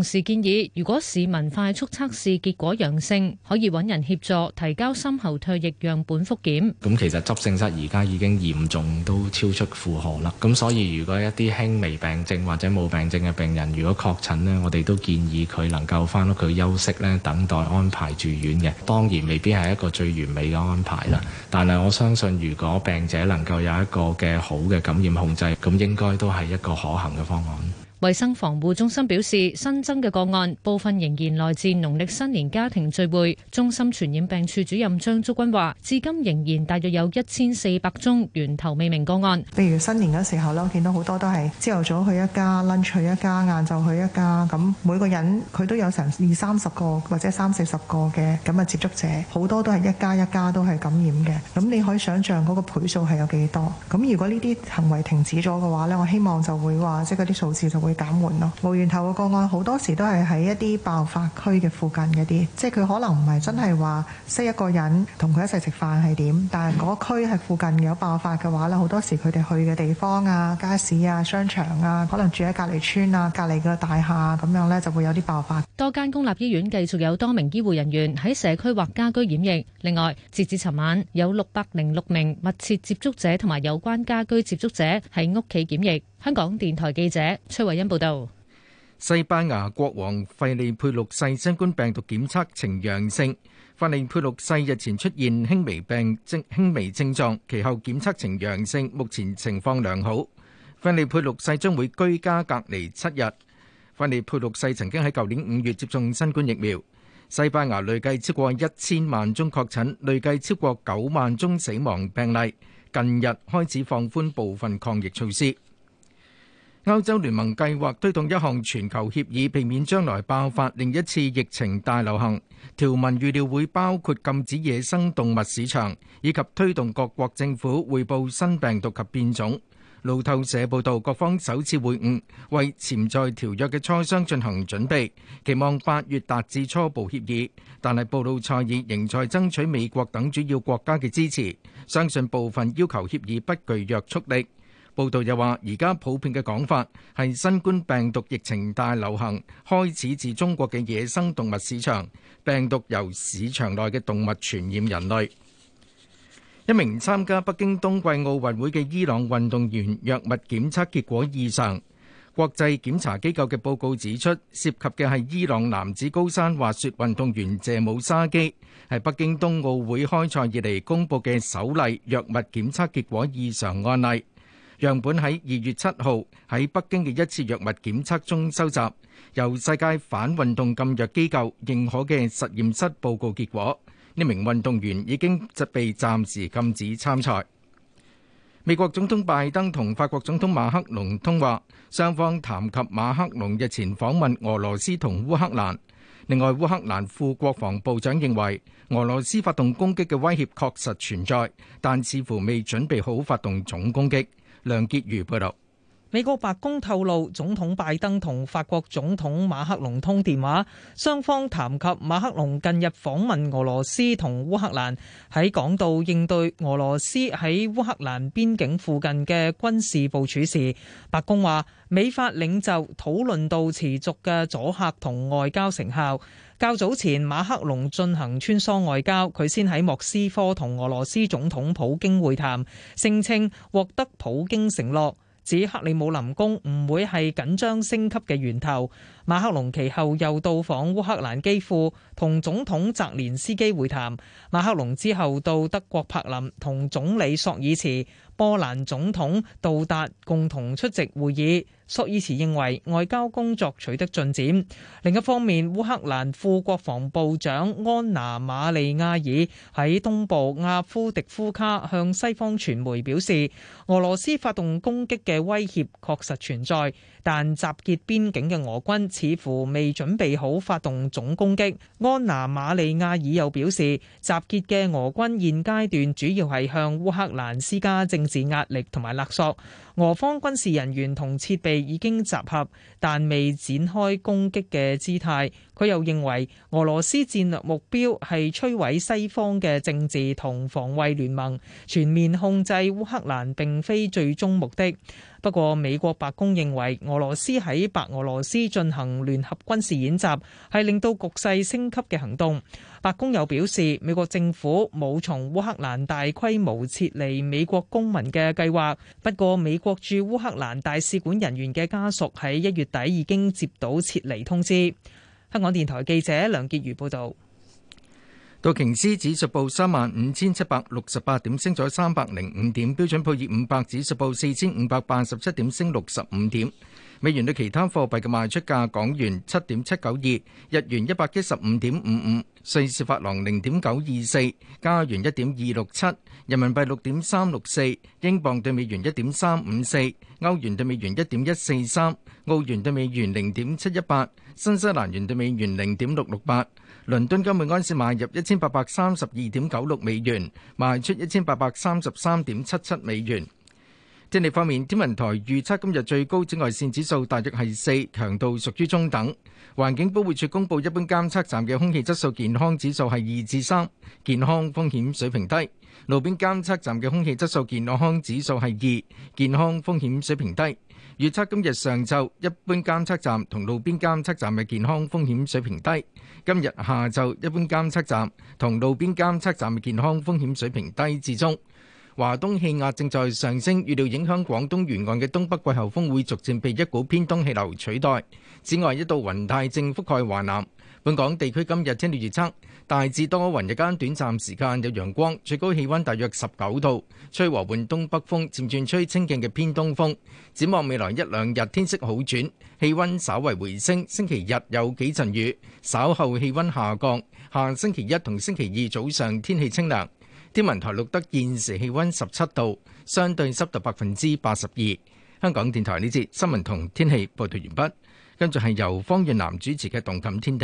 議，如果市民快速測試結果陽性，可以揾人協助提交深喉唾液樣本復檢。 咁其實急症室而家已經嚴重都超出負荷啦。咁所以如果一啲輕微病症或者冇病症嘅病人，如果確診呢，我哋都建議佢能夠翻屋企休息咧，等待安排住院嘅。當然未必係一個最完美嘅安排啦，但係我相信如果病者能夠有一個嘅好嘅感染控制，咁應該都係一個可行嘅方案。 衛生防護中心表示，新增嘅個案部分仍然來自農曆新年家庭聚會。中心傳染病處主任張竹君話，至今仍然大約有一千四百宗源頭未明個案。 譬如新年嗰時候咧，我見到好多都係朝頭早去一家，lunch去一家，晏晝去一家，咁每個人佢都有成二三十個或者三四十個嘅咁嘅接觸者，好多都係一家一家都係感染嘅。咁你可以想象嗰個倍數係有幾多？咁如果呢啲行為停止咗嘅話呢，我希望就會話即係嗰啲數字就會會減緩咯。無源頭嘅個案好多時都係喺一啲爆發區嘅附近嗰啲，即係佢可能唔係真係話識一個人同佢一齊食飯係點，但係嗰區係附近有爆發嘅話咧，好多時佢哋去嘅地方啊、街市啊、商場啊，可能住喺隔離村啊、隔離嘅大廈咁樣咧，就會有啲爆發。 多間公立醫院繼續有多名醫護人員喺社區或家居檢疫。另外，截至尋晚有六百零六名密切接觸者同埋有關家居接觸者喺屋企檢疫。香港電台記者崔慧欣報道。 西班牙國王費利佩六世新冠病毒檢測呈陽性，費利佩六世日前出現輕微病徵、輕微症狀，其後檢測呈陽性，目前情況良好。費利佩六世將會居家隔離七日。費利佩六世曾經喺舊年五月接種新冠疫苗。西班牙累計超過一千萬宗確診，累計超過九萬宗死亡病例。近日開始放寬部分抗疫措施。歐洲聯盟計劃推動一項全球協議，避免將來爆發另一次疫情大流行。條文預料會包括禁止野生動物市場，以及推動各國政府匯報新病毒及變種。路透社報道，各方首次會晤，為潛在條約嘅磋商進行準備，期望八月達至初步協議。但係布魯塞爾仍在爭取美國等主要國家嘅支持，相信部分要求協議不具約束力。報道又話，而家普遍嘅講法係新冠病毒疫情大流行開始自中國嘅野生動物市場，病毒由市場內嘅動物傳染人類。一名參加北京冬季奧運會嘅伊朗運動員藥物檢測結果異常。國際檢查機構嘅報告指出，涉及嘅係伊朗男子高山滑雪運動員謝姆沙基，係北京冬奧會開賽以嚟公佈嘅首例藥物檢測結果異常案例。樣本喺二月七號喺北京嘅一次藥物檢測中收集，由世界反運動禁藥機構認可嘅實驗室報告結果。呢名運動員已經被暫時禁止參賽。美國總統拜登同法國總統馬克龍通話，雙方談及馬克龍日前訪問俄羅斯同烏克蘭。另外，烏克蘭副國防部長認為俄羅斯發動攻擊嘅威脅確實存在，但似乎未準備好發動總攻擊。梁潔如報道。 美國白宮透露，總統拜登同法國總統馬克龍通電話，雙方談及馬克龍近日訪問俄羅斯同烏克蘭，喺講到應對俄羅斯喺烏克蘭邊境附近嘅軍事部署時，白宮話美法領袖討論到持續嘅阻嚇同外交成效。較早前馬克龍進行穿梭外交，佢先喺莫斯科同俄羅斯總統普京會談，聲稱獲得普京承諾，指克里姆林宮唔會係緊張升級嘅源頭。馬克龍其後又到訪烏克蘭基輔，同總統澤連斯基會談。馬克龍之後到德國柏林，同總理朔爾茨、波蘭總統杜達共同出席會議。朔爾茨認為外交工作取得進展。另一方面，烏克蘭副國防部長安娜馬利亞爾喺東部亞夫迪夫卡向西方傳媒表示，俄羅斯發動攻擊嘅威脅確實存在，但集結邊境嘅俄軍似乎未準備好發動總攻擊。安娜馬利亞爾又表示，集結嘅俄軍現階段主要係向烏克蘭施加政治壓力同埋勒索。俄方軍事人員同設備已經集合，但未展開攻擊嘅姿態。佢又認為俄羅斯戰略目標係摧毀西方嘅政治同防衛聯盟，全面控制烏克蘭並非最終目的。 不過美國白宮認為俄羅斯喺白俄羅斯進行聯合軍事演習係令到局勢升級嘅行動。白宮又表示，美國政府冇從烏克蘭大規模撤離美國公民嘅計劃。不過美國駐烏克蘭大使館人員嘅家屬喺一月底已經接到撤離通知。香港電台記者梁潔如報導。 道瓊斯指數報三萬五千七百六十八點，升咗三百零五點。標準普爾五百指數報四千五百八十七點，升六十五點。美元對其他貨幣嘅賣出價：港元七點七九二，日元一百一十五點五五，瑞士法郎零點九二四，加元一點二六七，人民幣六點三六四，英鎊對美元一點三五四，歐元對美元一點一四三，澳元對美元零點七一八，新西蘭元對美元零點六六八。倫敦金每安士買入一千八百三十二點九六美元，賣出一千八百三十三點七七美元。天氣方面，天文台預測今日最高紫外線指數大約係四，強度屬於中等。環境保護署公佈一般監測站嘅空氣質素健康指數係二至三，健康風險水平低；路邊監測站嘅空氣質素健康指數係二，健康風險水平低。預測今日上晝一般監測站同路邊監測站嘅健康風險水平低。今日下晝一般監測站同路邊監測站嘅健康風險水平低至中。華東氣壓正在上升，預料影響廣東沿岸嘅東北季候風會逐漸被一股偏東氣流取代。此外，一道雲帶正覆蓋華南。本港地區今日天氣預測大致多雲，日間短暫時間有陽光，最高氣溫大約十九度，吹和緩東北風，漸轉吹清勁嘅偏東風。展望未來一兩日天色好轉，氣溫稍為回升。星期日有幾陣雨，稍後氣溫下降。下星期一同星期二早上天氣清涼。天文台錄得現時氣溫十七度，相對濕度百分之八十二。香港電台呢節新聞同天氣報道完畢，跟住係由方潤南主持嘅《動感天地》。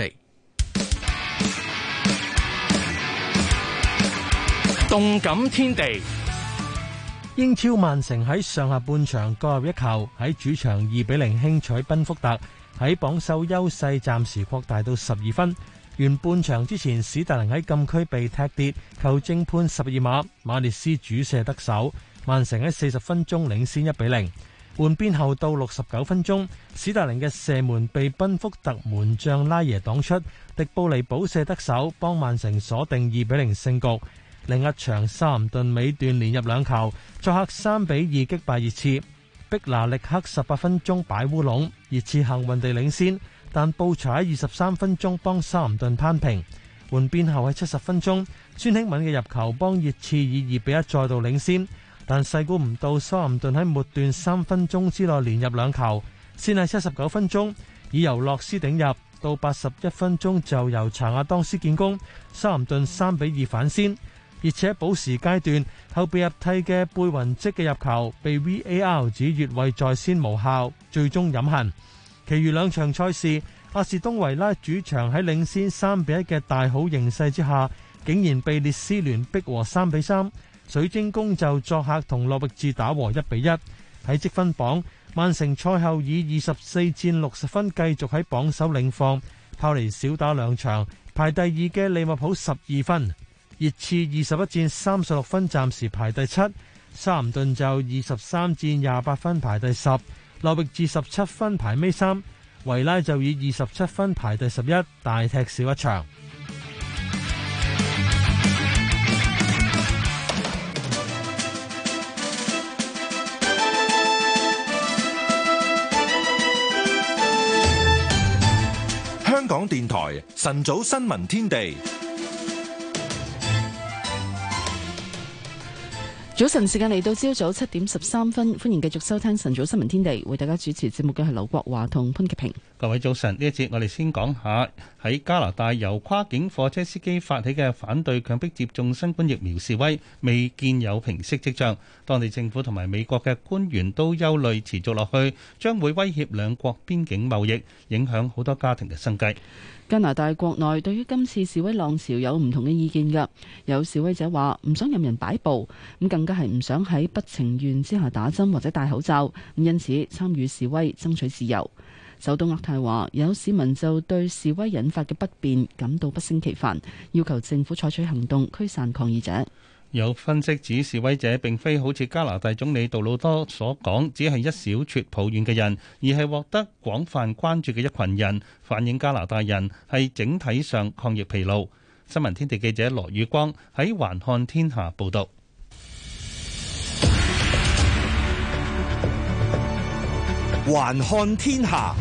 動感天地， 英超曼城喺上下半場各入一球，喺主場二比零輕取賓福特，喺榜首優勢暫時擴大到十二分。完半場之前，史達寧喺禁區被踢跌，球證判十二碼，馬列斯主射得手，曼城喺四十分鐘領先一比零。換邊後到六十九分鐘，史達寧嘅射門被賓福特門將拉耶擋出，迪布尼補射得手，幫曼城鎖定二比零勝局。另一場修咸頓尾段連入兩球，作客三比二擊敗熱刺。碧拿力克十八分鐘擺烏龍，熱刺幸運地領先。但布查喺二十三分鐘幫修咸頓扳平。換邊後喺七十分鐘，孫興敏嘅入球幫熱刺以二比一再度領先。但細估唔到修咸頓喺末段三分鐘之內連入兩球，先喺七十九分鐘以由洛斯頂入，到八十一分鐘就由查亞當斯建功，修咸頓三比二反先。而且補時階段後備入替嘅貝雲積嘅入球被 V A R 指越位在先無效，最終飲恨。其餘兩場賽事，阿士東維拉主場喺領先三比一嘅大好形勢之下，竟然被列斯聯逼和三比三。水晶宮就作客同諾域治打和一比一。喺積分榜，曼城賽後以二十四戰六十分繼續喺榜首領放，拋離少打兩場，排第二嘅利物浦十二分。熱刺二十一戰三十六分，暫時排第七。修咸頓就二十三戰廿八分排第十。諾域治十七分排尾三，維拉就以二十七分排第十一，大踢少一場。 香港電台晨早新聞天地。 早晨時間嚟到朝早七點十三分，歡迎繼續收聽晨早新聞天地，為大家主持節目嘅係劉國華同潘潔平。 各位早晨，呢一節我哋先講下喺加拿大由跨境貨車司機發起嘅反對強迫接種新冠疫苗示威，未見有平息跡象。當地政府同埋美國嘅官員都憂慮持續落去，將會威脅兩國邊境貿易，影響好多家庭嘅生計。 加拿大國內對於今次示威浪潮有唔同嘅意見㗎，有示威者話唔想任人擺布，咁更加係唔想喺不情願之下打針或者戴口罩，咁因此參與示威爭取自由。首都渥太華有市民就對示威引發嘅不便感到不勝其煩，要求政府採取行動驅散抗議者。 有分析指示威者並非好似加拿大總理杜魯多所講，只係一小撮抱怨嘅人，而係獲得廣泛關注嘅一群人，反映加拿大人係整體上抗疫疲勞。新聞天地記者羅宇光喺環看天下報道。 環看天下。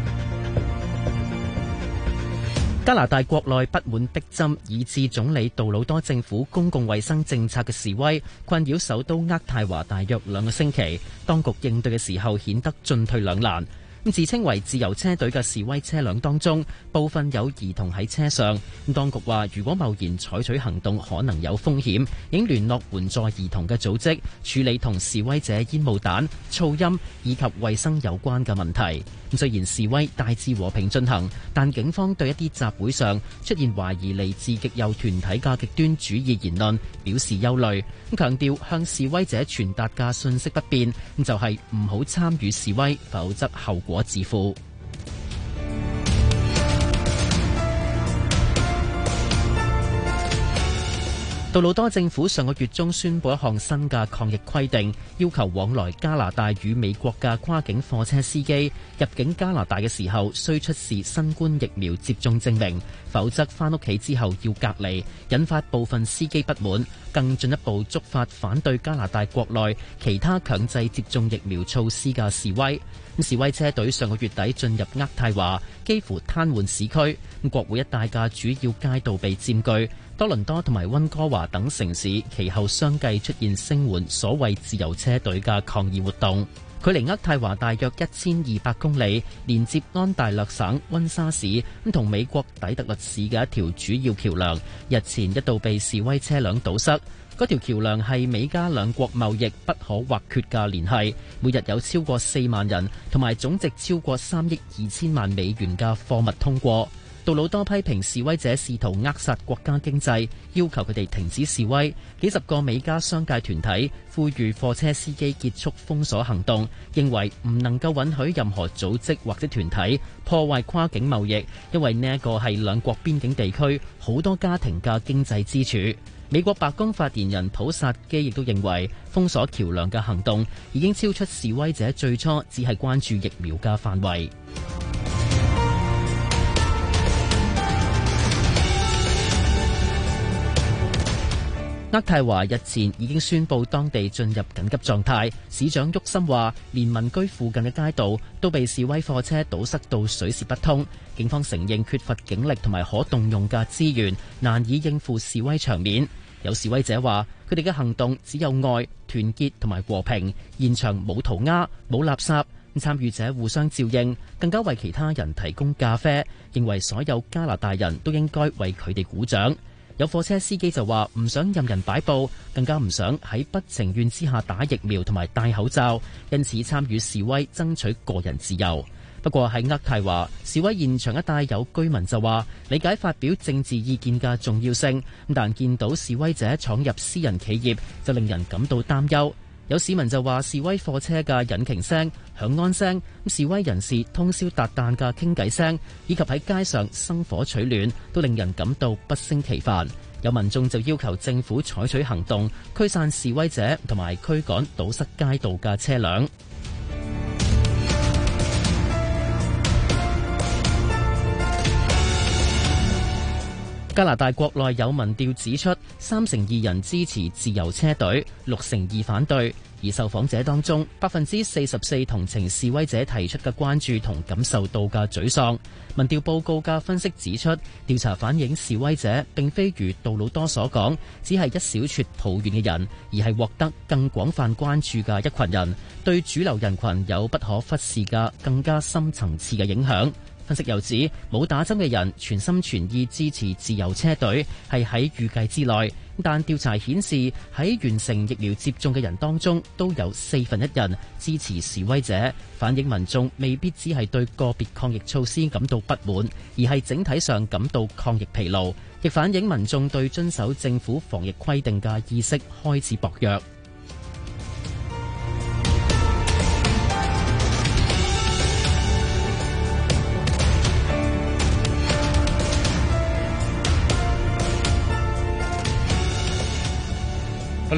加拿大國內不滿逼針，以致總理杜魯多政府公共衛生政策嘅示威，困擾首都渥太華大約兩個星期。當局應對嘅時候顯得進退兩難。咁自稱為自由車隊嘅示威車輛當中，部分有兒童喺車上。咁當局話，如果貿然採取行動，可能有風險，已聯絡援助兒童嘅組織，處理同示威者煙霧彈、噪音以及衛生有關嘅問題。咁雖然示威大致和平進行，但警方對一啲集會上出現懷疑嚟自極右團體嘅極端主義言論表示憂慮，咁強調向示威者傳達嘅信息不變，咁就係唔好參與示威，否則後果自負。杜魯多政府上個月中宣布一項新嘅抗疫規定，要求往來加拿大與美國嘅跨境貨車司機入境加拿大嘅時候需出示新冠疫苗接種證明，否則返屋企之後要隔離，引發部分司機不滿，更進一步觸發反對加拿大國內其他強制接種疫苗措施嘅示威。示威車隊上個月底進入渥太華，幾乎癱瘓市區，國會一帶嘅主要街道被佔據。多倫多同埋溫哥華等城市其後相繼出現聲援所謂自由車隊嘅抗議活動。距離渥太華大約一千二百公里，連接安大略省溫莎市同美國底特律市嘅一條主要橋梁，日前一度被示威車輛堵塞。嗰條橋梁係美加兩國貿易不可或缺嘅聯繫，每日有超過四萬人同埋總值超過三億二千萬美元嘅貨物通過。杜魯多批評示威者試圖扼殺國家經濟，要求佢哋停止示威。幾十個美加商界團體呼籲貨車司機結束封鎖行動，認為唔能夠允許任何組織或者團體破壞跨境貿易，因為呢一個係兩國邊境地區好多家庭嘅經濟支柱。美國白宮發言人普薩基亦都認為，封鎖橋梁嘅行動已經超出示威者最初只係關注疫苗嘅範圍。渥太華日前已經宣布當地進入緊急狀態，市長沃森話，連民居附近嘅街道都被示威貨車堵塞到水泄不通。警方承認缺乏警力同埋可動用嘅資源，難以應付示威場面。有示威者話，佢哋嘅行動只有愛、團結同埋和平，現場冇塗鴉、冇垃圾，參與者互相照應，更加為其他人提供咖啡，認為所有加拿大人都應該為佢哋鼓掌。有貨車司機就話唔想任人擺佈，更加唔想喺不情願之下打疫苗同埋戴口罩，因此參與示威爭取個人自由。不過喺渥太華示威現場一帶有居民就話理解發表政治意見嘅重要性，但見到示威者闖入私人企業就令人感到擔憂。有市民就話示威貨車嘅引擎聲、響安聲、示威人士通宵達旦嘅傾偈聲，以及喺街上生火取暖，都令人感到不勝其煩。有民眾就要求政府採取行動，驅散示威者同埋驅趕堵塞街道嘅車輛。加拿大國內有民調指出，三成二人支持自由車隊，六成二反對。而受訪者當中，百分之四十四同情示威者提出嘅關注同感受到嘅沮喪。民調報告嘅分析指出，調查反映示威者並非如杜魯多所講，只係一小撮抱怨嘅人，而係獲得更廣泛關注嘅一群人，對主流人群有不可忽視嘅更加深層次嘅影響。分析又指，冇打針嘅人全心全意支持自由車隊係喺預計之內，但調查顯示喺完成疫苗接種嘅人當中，都有四分一人支持示威者，反映民眾未必只係對個別抗疫措施感到不滿，而係整體上感到抗疫疲勞，亦反映民眾對遵守政府防疫規定嘅意識開始薄弱。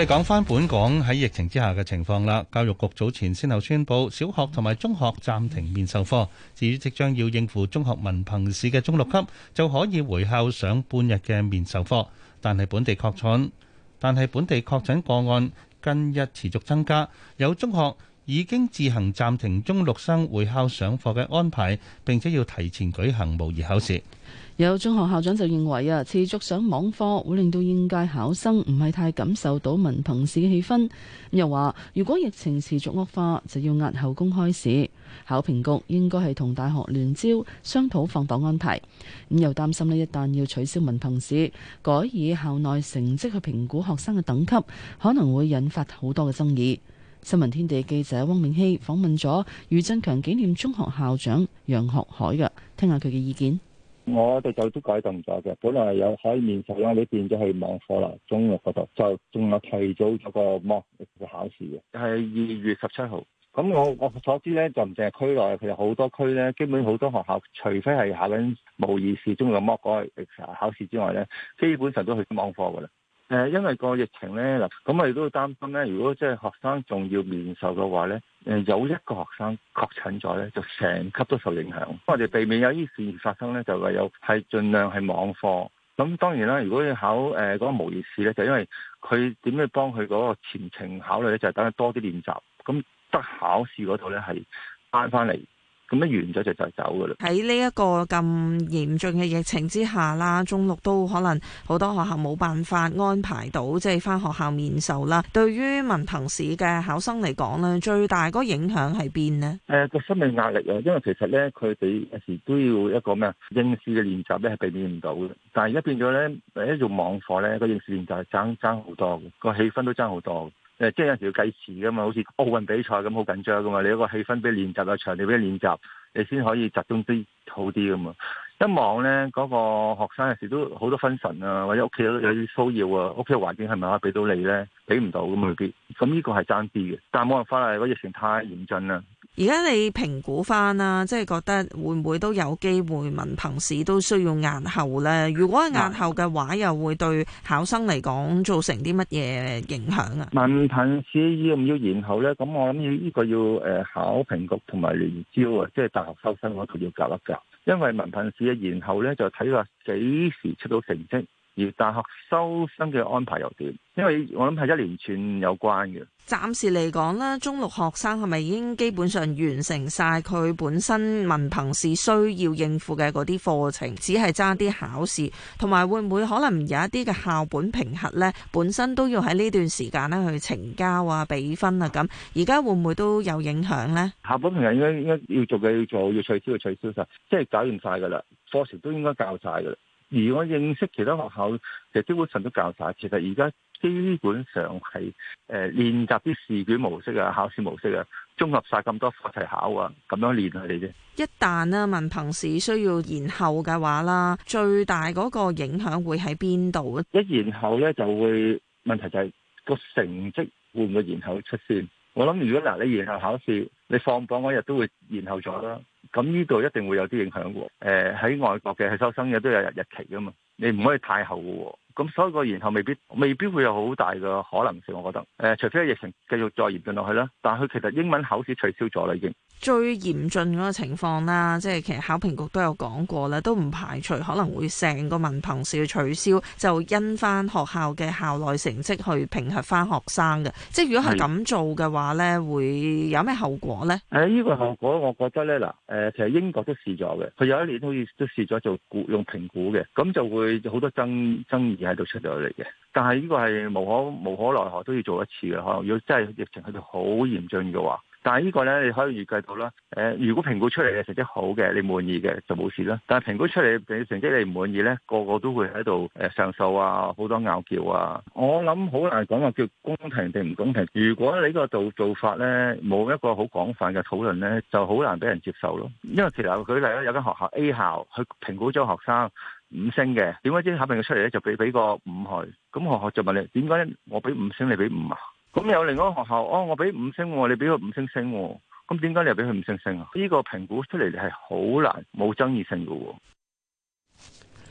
哋講翻本港喺疫情之下嘅情況啦。教育局早前先後宣布，小學同埋中學暫停面授課。至於即將要應付中學文憑試嘅中六級，就可以回校上半日嘅面授課。但係本地確診，但係本地確診個案近日持續增加，有中學已經自行暫停中六生回校上課嘅安排，並且要提前舉行模擬考試。 有中學校長就認為啊，持續上網課會令到應屆考生唔係太感受到文憑試嘅氣氛。又話如果疫情持續惡化，就要押後公開試。考評局應該係同大學聯招商討放榜安排。咁又擔心呢，一旦要取消文憑試，改以校內成績去評估學生嘅等級，可能會引發好多嘅爭議。新聞天地記者汪明熙訪問咗余振強紀念中學校長楊學海嘅，聽下佢嘅意見。 我哋就都改動咗嘅，本來有可以面授，因為你變咗去網課啦。中六嗰度就仲有提早咗個 mock 嘅考試嘅，係二月十七號。咁我我所知咧，就唔淨係區內，其實好多區咧，基本好多學校，除非係考緊模擬試中嘅 mock 嗰個考試之外咧，基本上都去網課噶啦。誒，因為個疫情咧嗱，咁我哋都擔心咧，如果即係學生仲要面授嘅話咧，誒有一個學生確診咗咧，就成級都受影響。我哋避免有呢事發生咧，就唯有係盡量係網課。咁當然啦，如果要考誒嗰個模擬試咧，就因為佢點樣幫佢嗰個前程考慮咧，就係等佢多啲練習。咁得考試嗰度咧係翻翻嚟。咁一完咗就就走噶啦。 喺呢一個咁嚴峻嘅疫情之下啦，中六都可能好多學校冇辦法安排到即係翻學校面授啦。對於文憑試嘅考生嚟講咧，最大嗰個影響係邊呢？誒、呃、個心理壓力啊，因為其實咧佢哋有時都要一個咩啊應試嘅練習咧係避免唔到嘅。但係而家變咗咧，誒做網課咧個應試練習係爭爭好多嘅，個氣氛都爭好多。誒，即係有時要計時噶嘛，好似奧運比賽咁好緊張噶嘛，你一個氣氛俾練習啊，場地俾練習，你先可以集中啲好啲噶嘛。一望咧，嗰、那個學生有時都好多分神啊，或者屋企有啲騷擾啊，屋企嘅環境係咪可以俾到你咧？俾唔到咁未必。咁呢個係爭啲嘅，但係冇辦法啦，個疫情太嚴峻啦。而家你評估翻啦，即係覺得會唔會都有機會文憑試都需要押後咧？如果係押後嘅話，又會對考生嚟講造成啲乜嘢影響啊？文憑試要唔要延後咧？咁我諗要呢個要誒考評局同埋聯招啊，即係大學收生嗰度要夾一夾，因為文憑試嘅延後咧就睇話幾時出到成績。而大學收生嘅安排又點？因為我諗係一連串有關嘅。暫時嚟講咧，中六學生係咪已經基本上完成晒佢本身文憑試需要應付嘅嗰啲課程，只係爭啲考試，同埋會唔會可能有一啲嘅校本評核咧，本身都要喺呢段時間咧去呈交啊、俾分啊咁，而家會唔會都有影響咧？校本評核應該應該要做嘅要做，要取消嘅取消晒，即係搞掂晒㗎啦，課程都應該教晒㗎啦。而我認識其他學校，其實基本上都教晒。其實而家基本上係誒、呃、練習啲試卷模式啊、考試模式啊，綜合晒咁多課題考啊，咁樣練佢哋啫。一旦咧文憑試需要延後嘅話啦，最大嗰個影響會喺邊度啊？一延後咧就會問題就係個成績會唔會延後出先？我諗如果嗱你延後考試，你放榜嗰日都會延後咗啦。咁呢度一定會有啲影響喎。誒、呃、喺外國嘅收生嘅都有日日期噶嘛，你唔可以太後嘅喎。咁所以個延後未必未必會有好大嘅可能性，我覺得。誒、呃，除非係疫情繼續再嚴峻落去啦。但係佢其實英文考試取消咗啦，已經。最嚴峻嗰個情況啦，即係其實考評局都有講過啦，都唔排除可能會成個文憑試取消，就因翻學校嘅校內成績去評核翻學生嘅。即係如果係咁做嘅話咧，會有咩後果咧？誒、呃，呢、這個後果我覺得咧嗱，誒、呃，其實英國都試咗嘅，佢有一年好似都試咗做估用評估嘅，咁就會好多爭爭議喺度出咗嚟嘅。但係呢個係無可無可奈何都要做一次嘅，可能如果真係疫情去到好嚴峻嘅話。但係呢個咧，你可以預計到啦。誒、呃，如果評估出嚟嘅成績好嘅，你滿意嘅就冇事啦。但係評估出嚟嘅成績你唔滿意咧，個個都會喺度誒上訴啊，好多拗撬啊。我諗好難講話叫公平定唔公平。如果你呢個做做法咧冇一個好廣泛嘅討論咧，就好難俾人接受咯。因為其實舉例咧，有間學校 A 校去評估咗學生五星嘅，點解啲考評佢出嚟咧就俾俾個五去？咁學校就問你點解我俾五星你俾五啊？咁有另外一個學校，哦，我俾五星，你俾個五星星，咁點解你又俾佢五星星啊？呢個評估出嚟係好難冇爭議性嘅。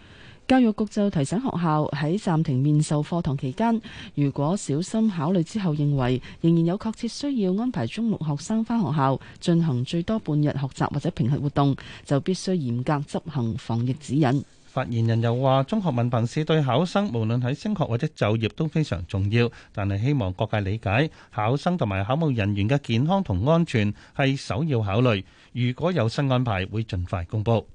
教育局就提醒學校喺暫停面授課堂期間，如果小心考慮之後認為仍然有確切需要安排中六學生返學校進行最多半日學習或者評核活動，就必須嚴格執行防疫指引。 發言人又話：中學文憑試對考生無論喺升學或者就業都非常重要，但係希望各界理解考生同埋考務人員嘅健康同安全係首要考慮。如果有新安排，會盡快公佈。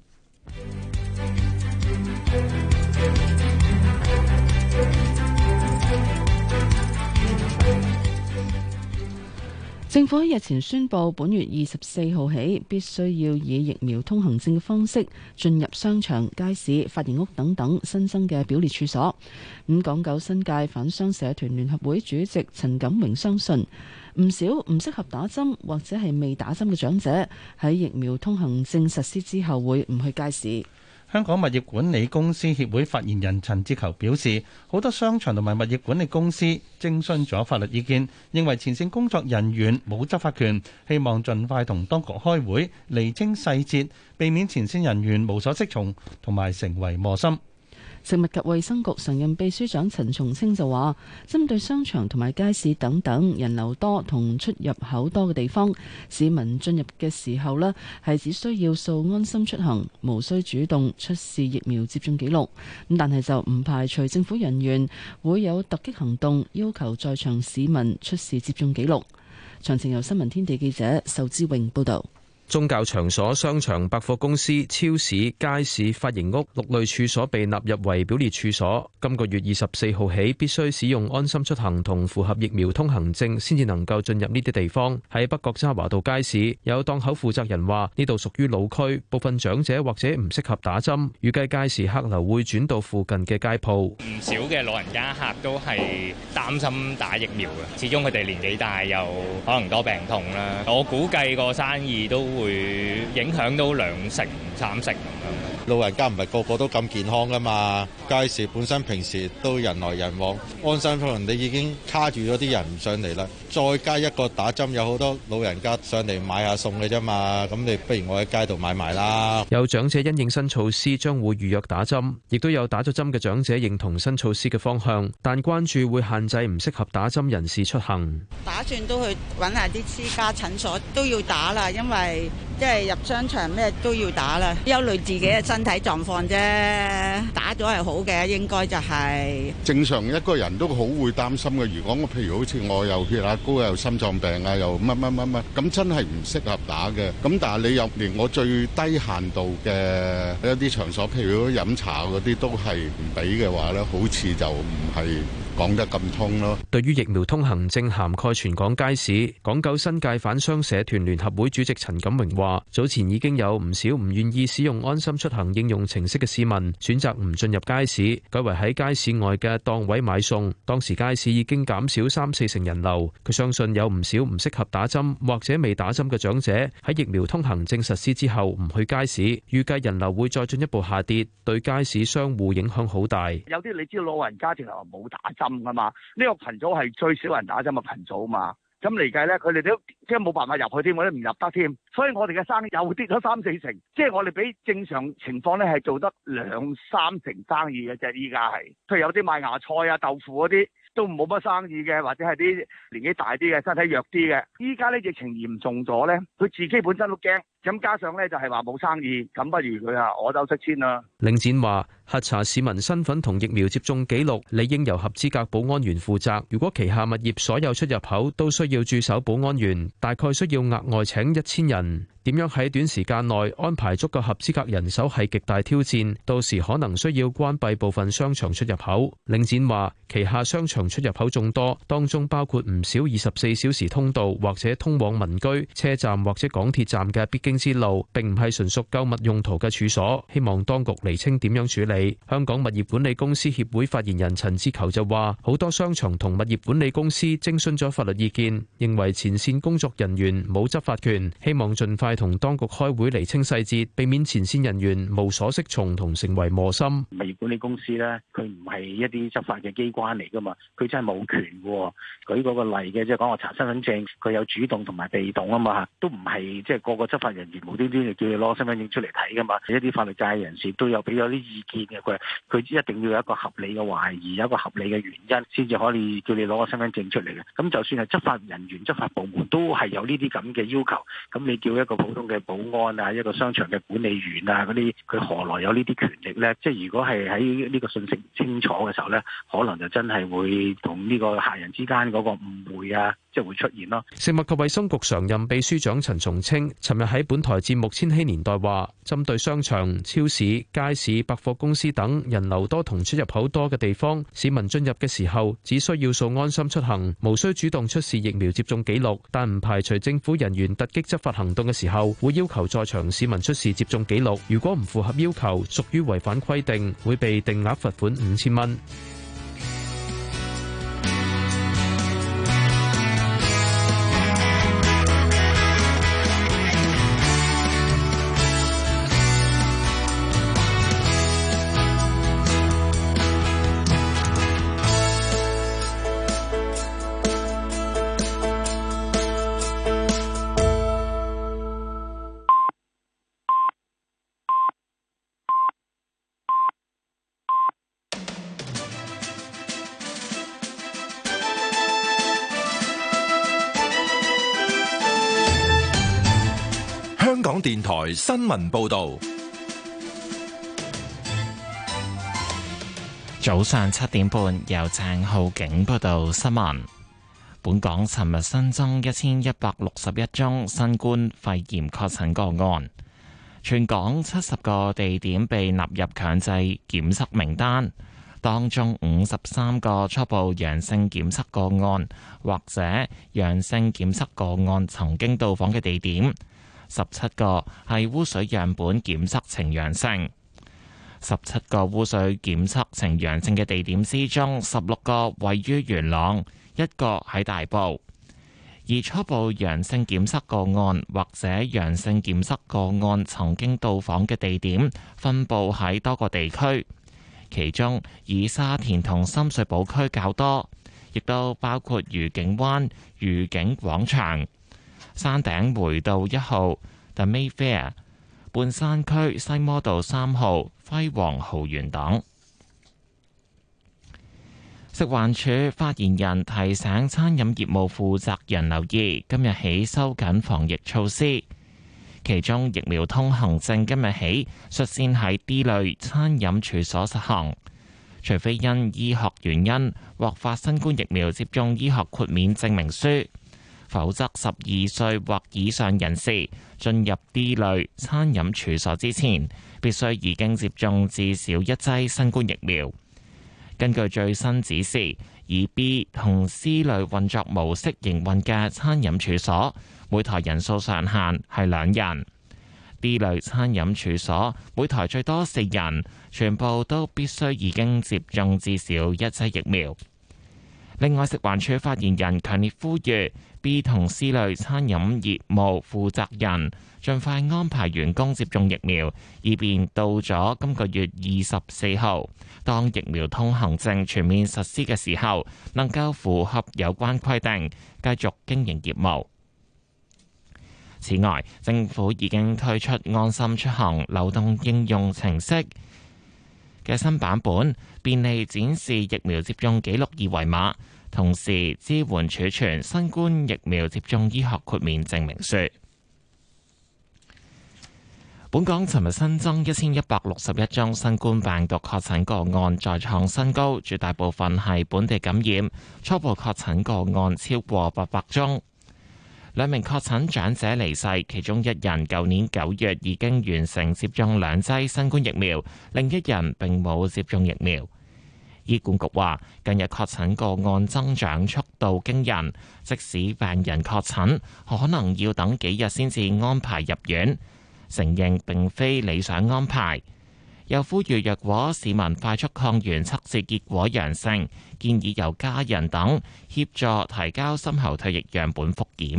政府喺日前宣布，本月二十四號起，必須要以疫苗通行證嘅方式進入商場、街市、髮型屋等等新增嘅表列處所。咁港九新界販商社團聯合會主席陳錦榮相信，唔少唔適合打針或者係未打針嘅長者喺疫苗通行證實施之後會唔去街市。 香港物業管理公司協會發言人陳志球表示，好多商場同埋物業管理公司徵詢咗法律意見，認為前線工作人員冇執法權，希望盡快同當局開會釐清細節，避免前線人員無所適從同埋成為磨心。 食物及衛生局常任秘書長陳松青就話，針對商場同埋街市等等人流多同出入口多嘅地方，市民進入嘅時候呢係只需要掃安心出行，無需主動出示疫苗接種記錄。咁但係就唔排除政府人員會有突擊行動，要求在場市民出示接種記錄。詳情由新聞天地記者仇之穎報導。 宗教場所、商場、百貨公司、超市、街市、髮型屋六類處所被納入為表列處所。今個月二十四號起，必須使用安心出行同符合疫苗通行證，先至能夠進入呢啲地方。喺北角渣華道街市，有檔口負責人話：呢度屬於老區，部分長者或者唔適合打針。預計街市客流會轉到附近嘅街鋪。 唔少嘅老人家客都係擔心打疫苗嘅，始終佢哋年紀大，又可能多病痛啦。我估計個生意都會影響到兩成三成咁樣。 老人家唔係個個都咁健康噶嘛，街市本身平時都人來人往，安心出行你已經卡住咗啲人唔上嚟啦，再加一個打針，有好多老人家上嚟買下餸嘅啫嘛，咁你不如我喺街度買埋啦。 有長者因應新措施將會預約打針，亦都有打咗針嘅長者認同新措施嘅方向，但關注會限制唔適合打針人士出行。 打算都去揾下啲私家診所都要打啦，因為即係入商場咩都要打啦，憂慮自己嘅身體狀況啫。打咗係好嘅，應該就係正常一個人都好會擔心嘅。如果我譬如好似我又血壓高又心臟病啊，又乜乜乜乜，咁真係唔適合打嘅。咁但係你又連我最低限度嘅一啲場所，譬如飲茶嗰啲都係唔俾嘅話咧，好似就唔係講得咁通咯。 對於疫苗通行證涵蓋全港街市，港九新界販商社團聯合會主席陳錦榮話：早前已經有唔少唔願意使用安心出行應用程式嘅市民選擇唔進入街市，改為喺街市外嘅檔位買餸。當時街市已經減少三四成人流，佢相信有唔少唔適合打針或者未打針嘅長者喺疫苗通行證實施之後唔去街市，預計人流會再進一步下跌，對街市商戶影響好大。 有啲你知道老人家直頭冇打針噶嘛，呢個群組係最少人打針嘅群組嘛。咁嚟計咧，佢哋都即係冇辦法入去添，我哋唔入得添，所以我哋嘅生意又跌咗三四成，即係我哋比正常情況咧係做得兩三成生意嘅啫。依家係，譬如有啲賣芽菜啊、豆腐嗰啲都冇乜生意嘅，或者係啲年紀大啲嘅、身體弱啲嘅。依家咧疫情嚴重咗咧，佢自己本身都驚，咁加上咧就係話冇生意，咁不如佢啊我走色先啦。 領展話核查市民身份同疫苗接種記錄，理應由合資格保安員負責。如果旗下物業所有出入口都需要駐守保安員，大概需要額外請一千人。點樣喺短時間內安排足夠合資格人手係極大挑戰，到時可能需要關閉部分商場出入口。領展話旗下商場出入口眾多，當中包括唔少二十四小時通道或者通往民居、車站或者港鐵站嘅必經之路，並唔係純屬購物用途嘅處所。希望當局釐清點樣處理。香港物業管理公司協會發言人陳志球就話，好多商場同物業管理公司徵詢咗法律意見，認為前線工作人員冇執法權，希望盡快同當局開會釐清細節，避免前線人員無所適從同成為磨心。 物業管理公司咧，佢唔係一啲執法嘅機關嚟噶嘛，佢真係冇權嘅。舉嗰個例嘅，即係講我查身份證，佢有主動同埋被動啊嘛，都唔係即係個個執法人人員無端端就叫你攞身份證出嚟睇噶嘛。一啲法律界人士都有俾咗啲意見嘅，佢佢一定要有一個合理嘅懷疑，有一個合理嘅原因，先至可以叫你攞個身份證出嚟嘅。咁就算係執法人員、執法部門都係有呢啲咁嘅要求。咁你叫一個普通嘅保安啊，一個商場嘅管理員啊嗰啲，佢何來有呢啲權力呢？即係如果係喺呢個信息唔清楚嘅時候呢，可能就真係會同呢個客人之間嗰個誤會啊，即係會出現咯。 食物及衛生局常任秘書長陳松青尋日喺本台節目《千禧年代》話，針對商場、超市、街市、百貨公司等人流多同出入口多嘅地方，市民進入嘅時候只需要掃安心出行，無需主動出示疫苗接種記錄，但唔排除政府人員突擊執法行動嘅時候，會要求在場市民出示接種記錄。如果唔符合要求，屬於違反規定，會被定額罰款五千蚊。 香港電台新聞報道， 早上七點半由鄭浩景報道新聞。本港尋日新增一千一百六十一宗新冠肺炎確診個案，全港七十個地點被納入強制檢測名單，當中五十三個初步陽性檢測個案或者陽性檢測個案曾經到訪嘅地點。十七個係污水樣本檢測呈陽性，十七個污水檢測呈陽性嘅地點之中，十六個位於元朗，一個喺大埔。而初步陽性檢測個案或者陽性檢測個案曾經到訪嘅地點，分佈喺多個地區，其中以沙田同深水埗區較多，亦都包括愉景灣、愉景廣場、山頂梅道一號、The Mayfair、半山區西摩道三號、輝煌豪園等。食環署發言人提醒餐飲業務負責人留意，今日起收緊防疫措施，其中疫苗通行證今日起率先喺 D 類餐飲處所實行，除非因醫學原因獲發新冠疫苗接種醫學豁免證明書，否則十二歲或以上人士進入 D 類餐飲處所之前，必須已經接種至少一劑新冠疫苗。根據最新指示，以 B 同 C 類運作模式營運嘅餐飲處所，每台人數上限係兩人。D 類餐飲處所每台最多四人，全部都必須已經接種至少一劑疫苗。另外，食環署發言人強烈呼籲 B 同 C 類餐飲業務負責人盡快安排員工接種疫苗，以便到咗今個月二十四號，當疫苗通行證全面實施嘅時候，能夠符合有關規定，繼續經營業務。此外，政府已經推出安心出行流動應用程式嘅新版本，便利展示疫苗接種記錄二維碼，同時支援儲存新冠疫苗接種醫學豁免證明書。本港尋日新增一千一百六十一宗新冠病毒確診個案，再創新高，絕大部分係本地感染，初步確診個案超過八百宗。兩名確診長者離世，其中一人舊年九月已經完成接種兩劑新冠疫苗，另一人並冇接種疫苗。醫管局話，近日確診個案增長速度驚人，即使病人確診，可能要等幾日先至安排入院，承認並非理想安排。又呼籲若果市民快速抗原測試結果陽性，建議由家人等協助提交深喉唾液樣本復檢。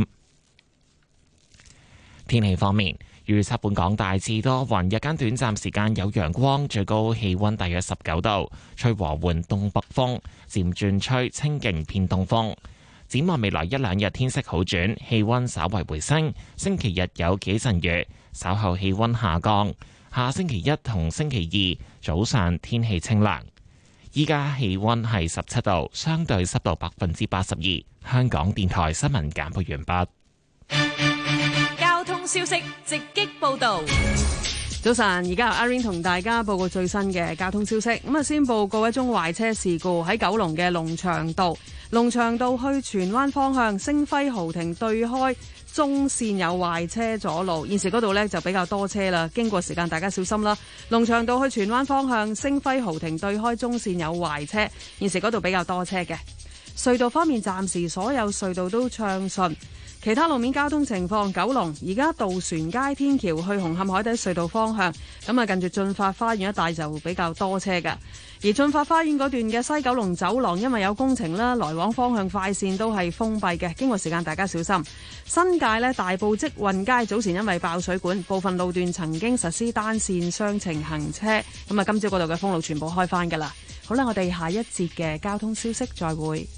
天氣方面，預測本港大致多雲，日間短暫時間有陽光，最高氣溫大約十九度，吹和緩東北風，漸轉吹清勁偏東風。 展望未來一兩日天色好轉，氣溫稍為回升。星期日有幾陣雨，稍後氣溫下降。下星期一同星期二早上天氣清涼。依家氣溫係十七度，相對濕度百分之八十二。香港電台新聞簡報完畢。 交通消息直擊報道。 早晨，而家由阿 Rain 同大家報告最新嘅交通消息。咁啊，先報告一宗壞車事故喺九龍嘅龍翔道，龍翔道去荃灣方向星輝豪庭對開中線有壞車阻路，現時嗰度呢就比較多車啦，經過時間大家小心啦。龍翔道去荃灣方向星輝豪庭對開中線有壞車，現時嗰度比較多車嘅。隧道方面，暫時所有隧道都暢順。其他路面交通情況，九龍而家渡船街天橋去紅磡海底隧道方向，咁啊近住駿發花園一帶就比較多車嘅。而駿發花園嗰段嘅西九龍走廊因為有工程啦，來往方向快線都係封閉嘅，經過時間大家小心。新界呢，大埔積運街早前因為爆水管，部分路段曾經實施單線雙程行車，咁啊今朝嗰度嘅封路全部開返㗎啦。好啦，我哋下一節嘅交通消息再會。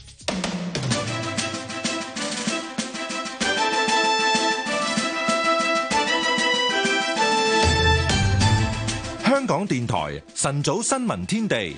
香港電台晨早新聞天地，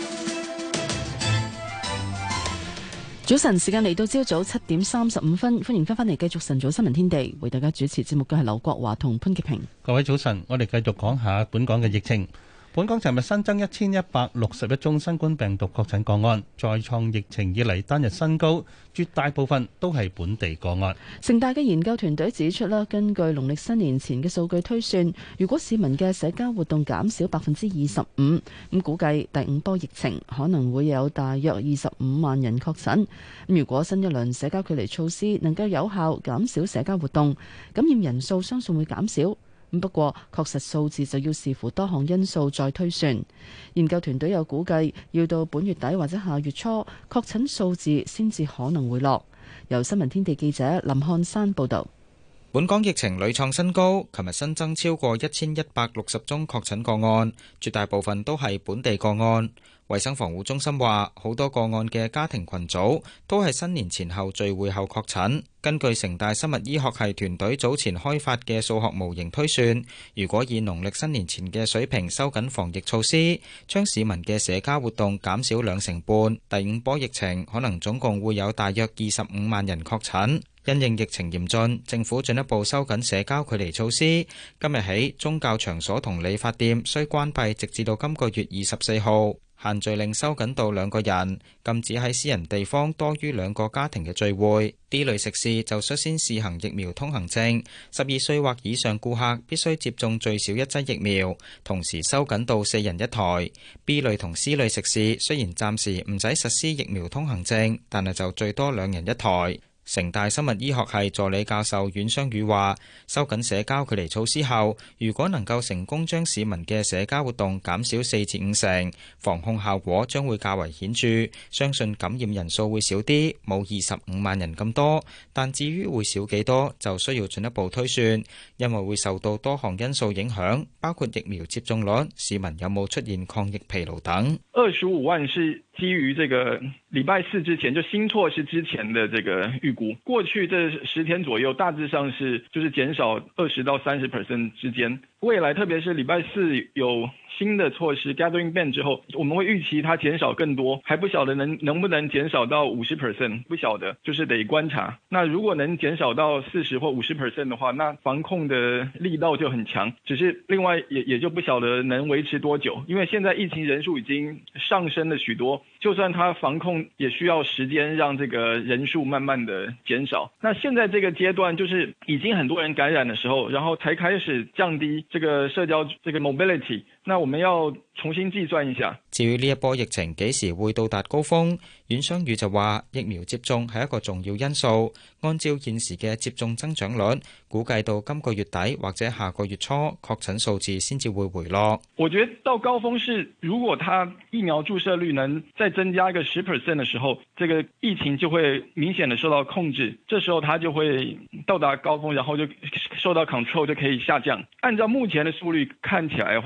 早晨時間嚟到朝早七點三十五分，歡迎翻返嚟繼續晨早新聞天地，為大家主持節目嘅係劉國華同潘潔平。 各位早晨，我哋繼續講下本港嘅疫情。本港尋日新增一千一百六十一宗新冠病毒確診個案，再創疫情以嚟單日新高，絕大部分都係本地個案。 城大嘅研究團隊指出啦，根據農曆新年前嘅數據推算，如果市民嘅社交活動減少百分之二十五，咁估計第五波疫情可能會有大約二十五萬人確診。咁如果新一輪社交距離措施能夠有效減少社交活動，感染人數相信會減少。不過，確實數字就要視乎多項因素再推算。研究團隊又估計，要到本月底或者下月初，確診數字先至可能回落。由新聞天地記者林漢山報導。 本港疫情屢創新高，琴日新增超過一千一百六十宗確診個案，絕大部分都係本地個案。衛生防護中心話，好多個案嘅家庭群組都係新年前後聚會後確診。根據城大生物醫學系團隊早前開發嘅數學模型推算，如果以農曆新年前嘅水平收緊防疫措施，將市民嘅社交活動減少兩成半，第五波疫情可能總共會有大約二十五萬人確診。因應疫情嚴峻，政府進一步收緊社交距離措施。今日起，宗教場所同理髮店需關閉，直至到今個月二十四號。限聚令收緊到兩個人，禁止喺私人地方多於兩個家庭嘅聚會。D 類食肆就率先試行疫苗通行證，十二歲或以上顧客必須接種最少一劑疫苗，同時收緊到四人一台。B 類同 C 類食肆雖然暫時唔使實施疫苗通行證，但係就最多兩人一台。城大生物醫學系助理教授阮雙宇話，收緊社交距離措施後，如果能夠成功將市民嘅社交活動減少四至五成，防控效果將會較為顯著，相信感染人數會少啲，冇二十五萬人咁多。但至於會少幾多，就需要進一步推算，因為會受到多項因素影響，包括疫苗接種率、市民有冇出現抗疫疲勞等。 二十五萬是基於這個禮拜四之前，就新措施之前的這個預估，過去這十天左右，大致上是就是減少二十到三十 percent 之間。未來特別是禮拜四有新的措施 gathering ban 之後，我們會預期它減少更多，還不曉得能能不能減少到五十 percent， 不曉得，就是得觀察。那如果能減少到四十或五十 percent 的話，那防控的力道就很強。只是另外也也就不曉得能維持多久，因為現在疫情人數已經上升了許多，就算它防控也需要時間讓這個人數慢慢的減少。那現在這個階段就是已經很多人感染的時候，然後才開始降低這個社交這個 mobility，那我們要重新計算一下。 至於呢一波疫情幾時會到達高峰，阮雙宇就話疫苗接種係一個重要因素，按照現時嘅接種增長率，估計到今個月底或者下個月初確診數字先至會回落。 我覺得到高峰是如果它疫苗注射率能再增加一個十 percent 的時候，這個疫情就會明顯的受到控制，這時候它就會到達高峰，然後就受到 control 就可以下降。按照目前的速率看起來的話，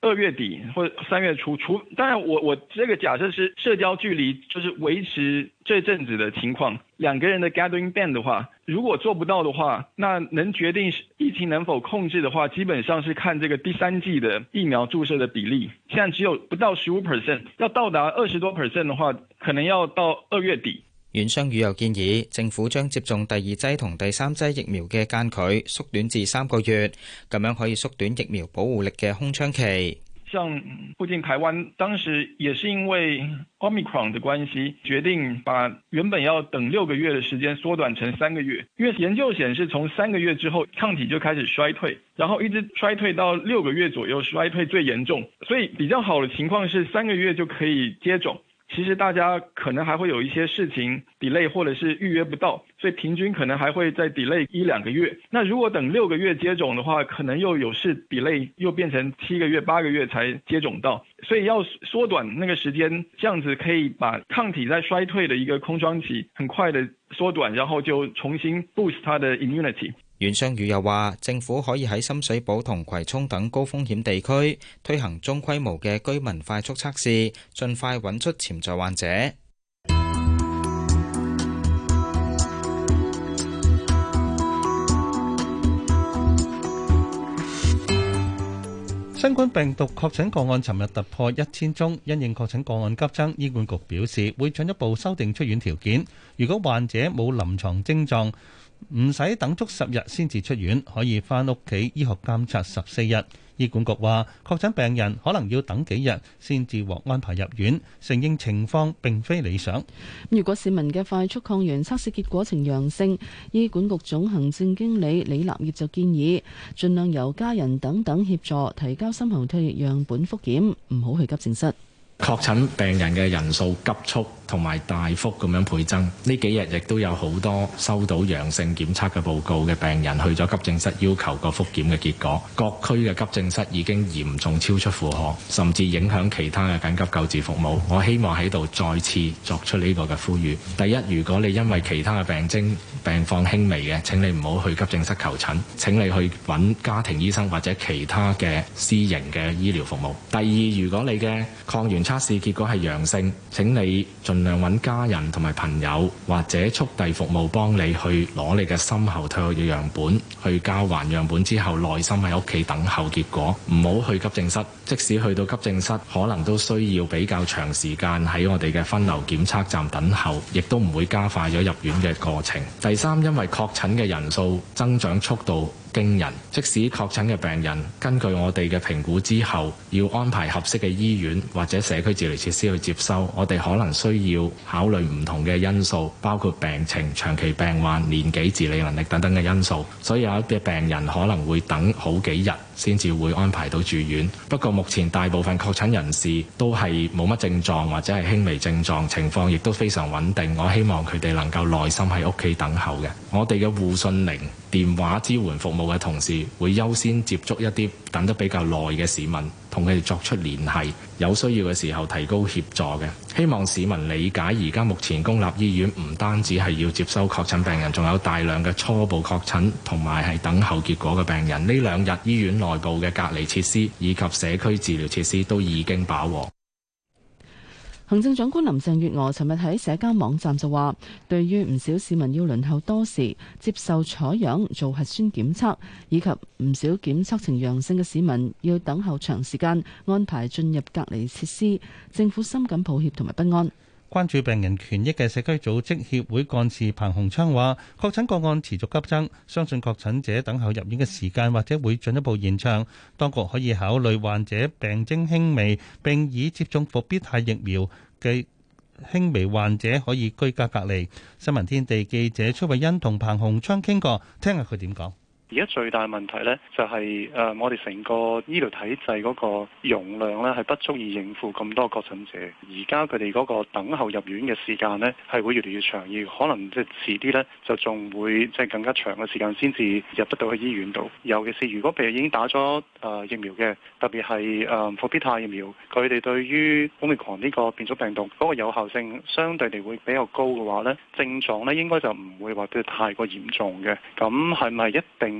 二月底或者三月初，除當然我我這個假設是社交距離就是維持這陣子的情況，兩個人的 gathering band 的話，如果做不到的話，那能決定疫情能否控制的話，基本上是看這個第三劑的疫苗注射的比例，現在只有不到十五 percent， 要到達二十多 percent 的話，可能要到二月底。 阮尚宇又建議政府將接種第二劑同第三劑疫苗嘅間距縮短至三個月，咁樣可以縮短疫苗保護力嘅空窗期。 像附近台灣當時也是因為 Omicron 的關係，決定把原本要等六個月的時間縮短成三個月，因為研究顯示從三個月之後抗體就開始衰退，然後一直衰退到六個月左右，衰退最嚴重，所以比較好的情況是三個月就可以接種。其實大家可能還會有一些事情 delay 或者是預約不到，所以平均可能還會再 delay 一兩個月。那如果等六個月接種的話，可能又有事 delay 又變成七個月八個月才接種到，所以要縮短那個時間，這樣子可以把抗體在衰退的一個空窗期很快的縮短，然後就重新 boost 它的 immunity。 阮尚宇又話，政府可以喺深水埗同葵涌等高風險地區推行中規模嘅居民快速測試，盡快揾出潛在患者。 新冠病毒確診個案尋日突破一千宗，因應確診個案急增，醫管局表示會進一步修訂出院條件。如果患者冇臨床症狀，唔使等足十日先至出院，可以返屋企醫學監察十四日。醫管局話，確診病人可能要等幾日先至獲安排入院，承認情況並非理想。 如果市民嘅快速抗原測試結果呈陽性，醫管局總行政經理李立業就建議，盡量由家人等等協助提交深喉唾液樣本復檢，唔好去急症室。 確診病人嘅人數急速同埋大幅咁樣倍增，呢幾日亦都有好多收到陽性檢測嘅報告嘅病人去咗急症室要求個復檢嘅結果。各區嘅急症室已經嚴重超出負荷，甚至影響其他嘅緊急救治服務。我希望喺度再次作出呢個嘅呼籲。第一，如果你因為其他嘅病徵病況輕微嘅，請你唔好去急症室求診，請你去揾家庭醫生或者其他嘅私營嘅醫療服務。第二，如果你嘅抗原測試結果係陽性，請你盡量揾家人同埋朋友或者速遞服務幫你去攞你嘅深喉唾液樣本，去交還樣本之後耐心喺屋企等候結果，唔好去急症室。即使去到急症室，可能都需要比較長時間喺我哋嘅分流檢測站等候，亦都唔會加快咗入院嘅過程。第三，因為確診嘅人數增長速度驚人，即使確診嘅病人根據我哋嘅評估之後，要安排合適嘅醫院或者社區治療設施去接收，我哋可能需要考慮唔同嘅因素，包括病情、長期病患、年紀、自理能力等等嘅因素，所以有一啲病人可能會等好幾日先至會安排到住院。不過目前大部分確診人士都係冇乜症狀或者係輕微症狀，情況亦都非常穩定。我希望佢哋能夠耐心喺屋企等候嘅。我哋嘅護訊鈴電話支援服務嘅同事會優先接觸一啲等得比較耐嘅市民，同佢哋作出聯繫，有需要嘅時候提高協助嘅。希望市民理解，而家目前公立醫院唔單止係要接收確診病人，仲有大量嘅初步確診同埋係等候結果嘅病人。呢兩日醫院內部嘅隔離設施以及社區治療設施都已經飽和。 行政長官林鄭月娥尋日喺社交網站就話，對於唔少市民要輪候多時接受採樣做核酸檢測，以及唔少檢測呈陽性嘅市民要等候長時間安排進入隔離設施，政府深感抱歉同埋不安。 關注病人權益嘅社區組織協會幹事彭鴻昌話，確診個案持續急增，相信確診者等候入院嘅時間或者會進一步延長。當局可以考慮患者病徵輕微並已接種復必泰疫苗嘅輕微患者可以居家隔離。新聞天地記者崔慧欣同彭鴻昌傾過，聽下佢點講。 而家最大問題呢，就係誒我哋成個醫療體制嗰個容量呢，係不足以應付咁多確診者。而家佢哋嗰個等候入院嘅時間呢，係會越嚟越長，而可能即係遲啲呢，就仲會即係更加長嘅時間先至入得到去醫院度。尤其是如果譬如已經打咗誒疫苗嘅，特別係誒復必泰疫苗，佢哋對於 Omicron 呢個變種病毒嗰個有效性相對地會比較高嘅話呢，症狀呢應該就唔會話對太過嚴重嘅。咁係咪一定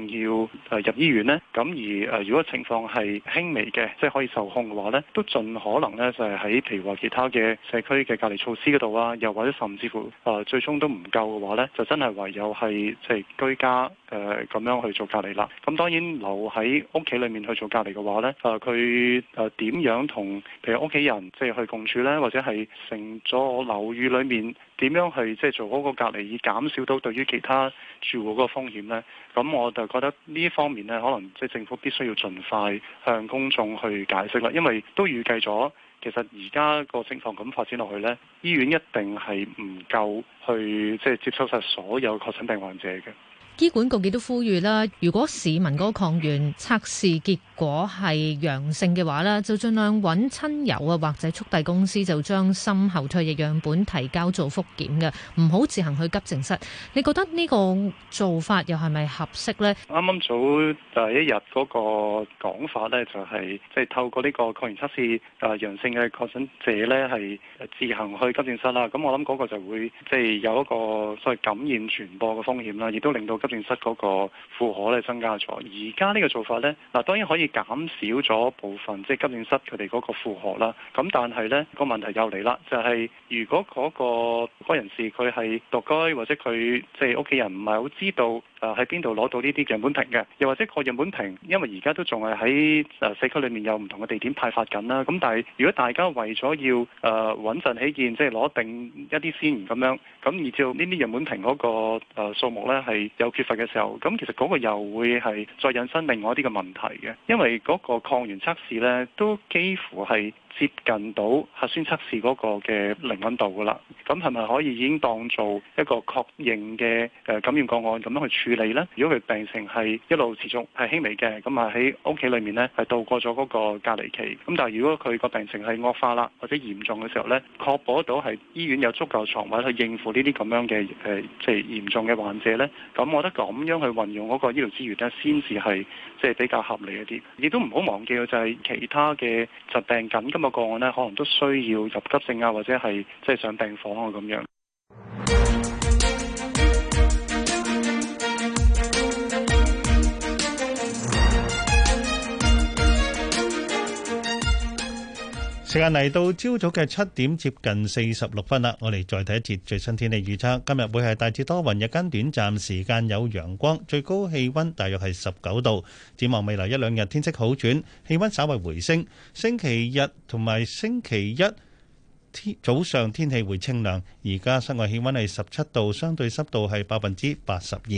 要誒入醫院呢？咁而誒如果情況係輕微嘅，即係可以受控嘅話呢，都盡可能呢就係喺譬如話其他嘅社區嘅隔離措施嗰度啊，又或者甚至乎誒最終都唔夠嘅話呢，就真係唯有係即係居家誒咁樣去做隔離啦。咁當然留喺屋企裏面去做隔離嘅話呢，誒佢誒點樣同譬如屋企人即係去共處呢？或者係成咗樓宇裏面點樣去即係做嗰個隔離，以減少到對於其他住戶嗰個風險呢？咁我就覺得呢一方面呢，可能即係政府必須要盡快向公眾去解釋啦，因為都預計咗其實而家個情況咁發展落去呢，醫院一定係唔夠去即係接收晒所有確診病患者嘅。 醫管局亦都呼籲啦，如果市民嗰個抗原測試結果係陽性嘅話咧，就盡量揾親友啊或者速遞公司就將深喉唾液樣本提交做複檢嘅，唔好自行去急症室。你覺得呢個做法又係咪合適呢？ 啱啱早第一日嗰個講法呢，就係即係透過呢個抗原測試誒陽性嘅確診者呢，係自行去急症室啦。咁我諗嗰個就會即係有一個所謂感染傳播嘅風險啦，亦都令到急症室嗰個負荷咧增加咗。而家呢個做法呢，嗱當然可以減少咗部分即係急症室佢哋嗰個負荷啦。咁但係呢個問題又嚟啦，就係如果嗰個嗰個人士佢係獨居，或者佢即係屋企人唔係好知道誒喺邊度攞到呢啲樣本瓶嘅，又或者個樣本瓶，因為而家都仲係喺誒社區裏面有唔同嘅地點派發緊啦。咁但係如果大家為咗要誒穩陣起見，即係攞定一啲先咁樣，咁而照呢啲樣本瓶嗰個誒數目呢係有缺乏嘅時候，咁其實嗰個又會係再引申另外一啲嘅問題嘅，因為嗰個抗原測試呢都幾乎係接近到核酸測試嗰個嘅靈敏度噶啦，咁係咪可以已經當做一個確認嘅誒感染個案咁樣去處理呢？如果佢病情係一路持續係輕微嘅，咁啊喺屋企裏面呢係度過咗嗰個隔離期。咁但係如果佢個病情係惡化啦或者嚴重嘅時候呢，確保到係醫院有足夠床位去應付呢啲咁樣嘅誒即係嚴重嘅患者呢，咁我覺得咁樣去運用嗰個醫療資源呢，先至係即係比較合理一啲。亦都唔好忘記嘅就係其他嘅疾病緊急嘅個案呢，可能都需要入急症啊，或者係即係上病房啊咁樣。 時間嚟到朝早嘅七點接近四十六分啦，我哋再睇一節最新天氣預測。今日會係大致多雲，日間短暫時間有陽光，最高氣溫大約係十九度。展望未來一兩日天色好轉，氣溫稍為回升。星期日同埋星期一天早上天氣會清涼。而家室外氣溫係十七度，相對濕度係百分之八十二。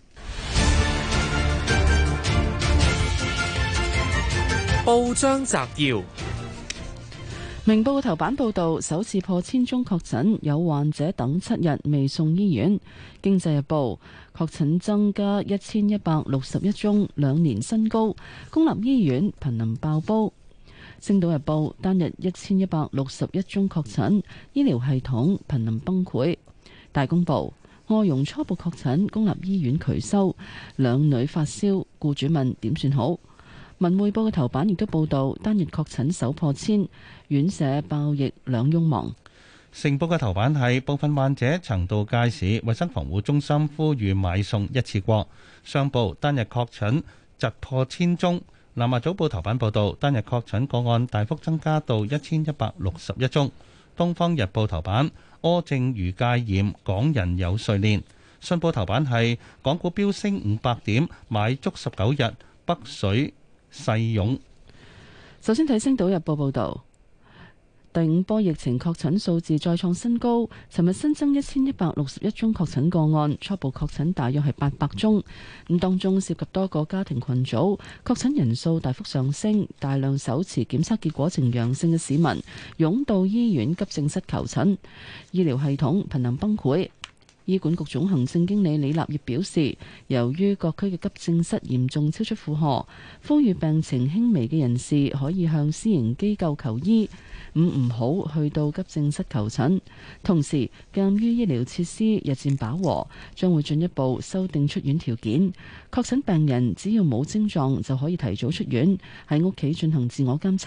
報章摘要。 明報嘅頭版報導，首次破千宗確診，有患者等七日未送醫院。經濟日報，確診增加一千一百六十一宗，兩年新高，公立醫院瀕臨爆煲。星島日報，單日一千一百六十一宗確診，醫療系統瀕臨崩潰。大公報，外傭初步確診，公立醫院拒收，兩女發燒，僱主問點算好。文匯報嘅頭版亦都報道，單日確診首破千，院舍爆疫兩翁亡。 成報嘅頭版係部分患者曾到街市，衛生防護中心呼籲買餸一次過。商報單日確診疾破千宗。南華早報頭版報道，單日確診個案大幅增加到一千一百六十一宗。東方日報頭版，柯正瑜戒嚴，港人有睡蓮。信報頭版係港股飆升五百點，買足十九日，北水細湧。 首先睇《星島日報》報道，第五波疫情確診數字再創新高。尋日新增一千一百六十一宗確診個案，初步確診大約係八百宗。咁當中涉及多個家庭群組，確診人數大幅上升，大量手持檢測結果呈陽性嘅市民湧到醫院急症室求診，醫療系統瀕臨崩潰。醫管局總行政經理李立業表示，由於各區嘅急症室嚴重超出負荷，呼籲病情輕微嘅人士可以向私營機構求醫，唔唔好去到急症室求診。同時，鑑於醫療設施日漸飽和，將會進一步修訂出院條件。確診病人只要冇症狀就可以提早出院，喺屋企進行自我監察。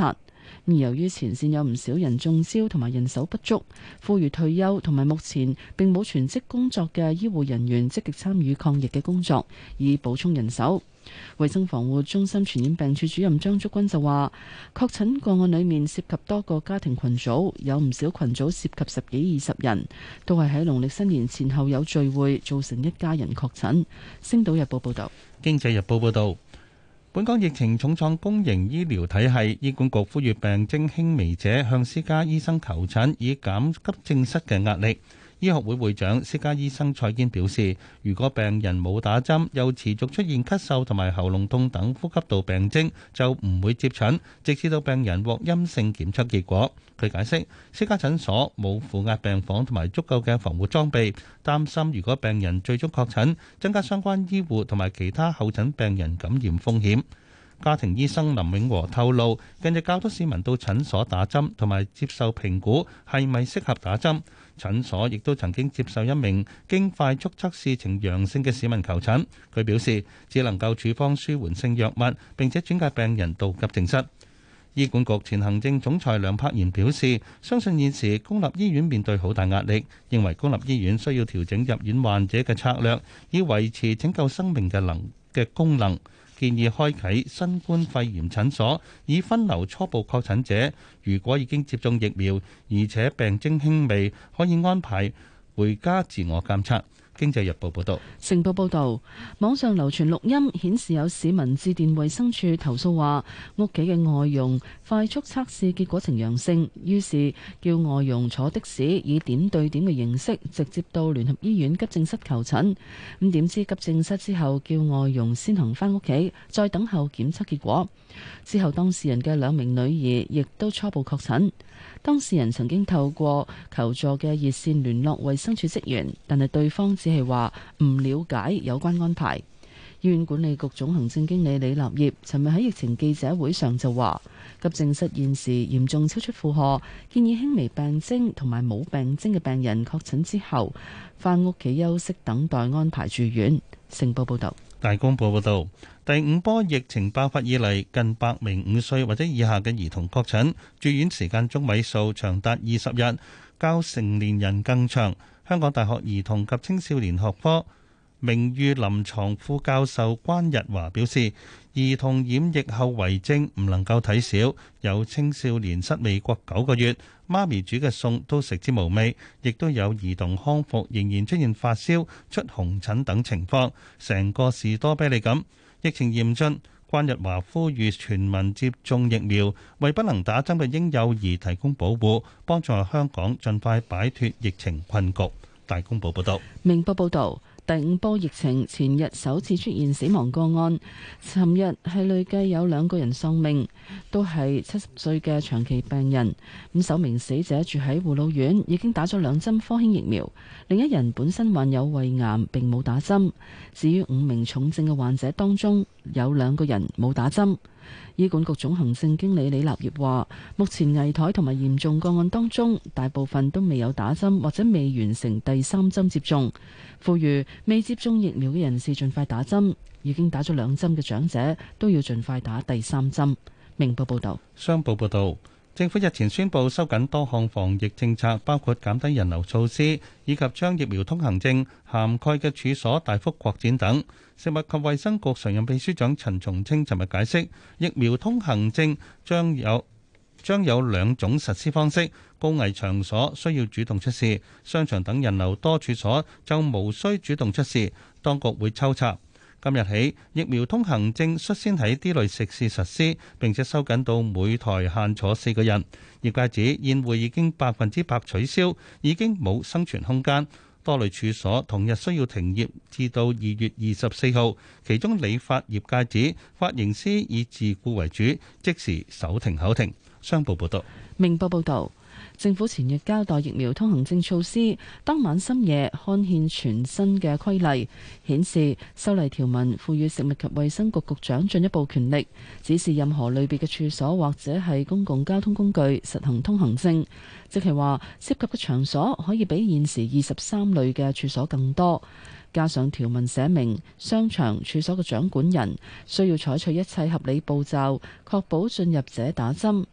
咁由於前線有唔少人中招同埋人手不足，呼籲退休同埋目前並冇全職工作嘅醫護人員積極參與抗疫嘅工作，以補充人手。衛生防護中心傳染病處主任張竹君就話，確診個案裡面涉及多個家庭群組，有唔少群組涉及十幾二十人，都係喺農曆新年前後有聚會，造成一家人確診。星島日報報道。 經濟日報報道，本港疫情重創公營醫療體系，醫管局呼籲病徵輕微者向私家醫生求診，以減急症室嘅壓力。醫學會會長私家醫生蔡堅表示，如果病人冇打針，又持續出現咳嗽同埋喉嚨痛等呼吸道病徵，就唔會接診，直至到病人獲陰性檢測結果。佢解釋，私家診所冇負壓病房同埋足夠嘅防護裝備，擔心如果病人最終確診，增加相關醫護同埋其他候診病人感染風險。家庭醫生林永和透露，近日較多市民到診所打針同埋接受評估係咪適合打針。診所亦都曾經接受一名經快速測試呈陽性嘅市民求診，佢表示只能夠處方舒緩性藥物，並且轉介病人到急症室。醫管局前行政總裁梁柏賢表示，相信現時公立醫院面對好大壓力，認為公立醫院需要調整入院患者嘅策略，以維持拯救生命嘅能嘅功能。建議開啓新冠肺炎診所，以分流初步確診者。如果已經接種疫苗，而且病徵輕微，可以安排回家自我監測。經濟日報報導， 成報報導，網上流傳錄音顯示有市民致電衛生署投訴話，屋企嘅外傭快速測試結果呈陽性，於是叫外傭坐的士以點對點嘅形式直接到聯合醫院急症室求診。咁點知急症室之後叫外傭先行返屋企，再等候檢測結果。之後當事人嘅兩名女兒亦都初步確診。當事人曾經透過求助嘅熱線聯絡衛生署職員，但係對方只係話唔了解有關安排。醫院管理局總行政經理李立業尋日喺疫情記者會上就話，急症室現時嚴重超出負荷，建議輕微病徵同埋冇病徵嘅病人確診之後返屋企休息，等待安排住院。成報報道。 大公報報導，第五波疫情爆發以嚟，近百名五歲或者以下嘅兒童確診，住院時間中位數長達二十日，較成年人更長。香港大學兒童及青少年學科名譽臨床副教授關日華表示，兒童染疫後遺症唔能夠睇小，有青少年失味過九個月，媽咪煮嘅餸都食之無味，亦都有兒童康復仍然出現發燒、出紅疹等情況，成個士多啤梨咁。疫情嚴峻，關日華呼籲全民接種疫苗，為不能打針嘅嬰幼兒提供保護，幫助香港盡快擺脫疫情困局。大公報報道。 明報報導。第五波疫情前日首次出現死亡個案，尋日係累計有兩個人喪命，都係七十歲嘅長期病人。咁首名死者住喺護老院，已經打咗兩針科興疫苗，另一人本身患有胃癌並冇打針。至於五名重症嘅患者當中，有兩個人冇打針。醫管局總行政經理李立業話，目前危殆同埋嚴重個案當中，大部分都未有打針或者未完成第三針接種，呼籲未接種疫苗嘅人士盡快打針，已經打咗兩針嘅長者都要盡快打第三針。明報報道。 商報報道，政府日前宣布收緊多項防疫政策，包括減低人流措施，以及將疫苗通行證涵蓋嘅處所大幅擴展等。食物及衛生局常任秘書長陳松青尋日解釋，疫苗通行證將有將有兩種實施方式，高危場所需要主動出示，商場等人流多處所就無需主動出示，當局會抽查。今日起，疫苗通行證率先喺 D 類食肆實施，並且收緊到每台限坐四個人。業界指宴會已經百分之百取消，已經冇生存空間。多類處所同日需要停業至到二月二十四號，其中理髮業界指髮型師以自僱為主，即時手停口停。商報報道。 明報報導。政府前日交代疫苗通行證措施，當晚深夜刊憲全新嘅規例，顯示修例條文賦予食物及衛生局局長進一步權力，指示任何類別嘅處所或者係公共交通工具實行通行證，即係話涉及嘅場所可以比現時二十三類嘅處所更多。加上條文寫明，商場處所嘅掌管人需要採取一切合理步驟，確保進入者打針。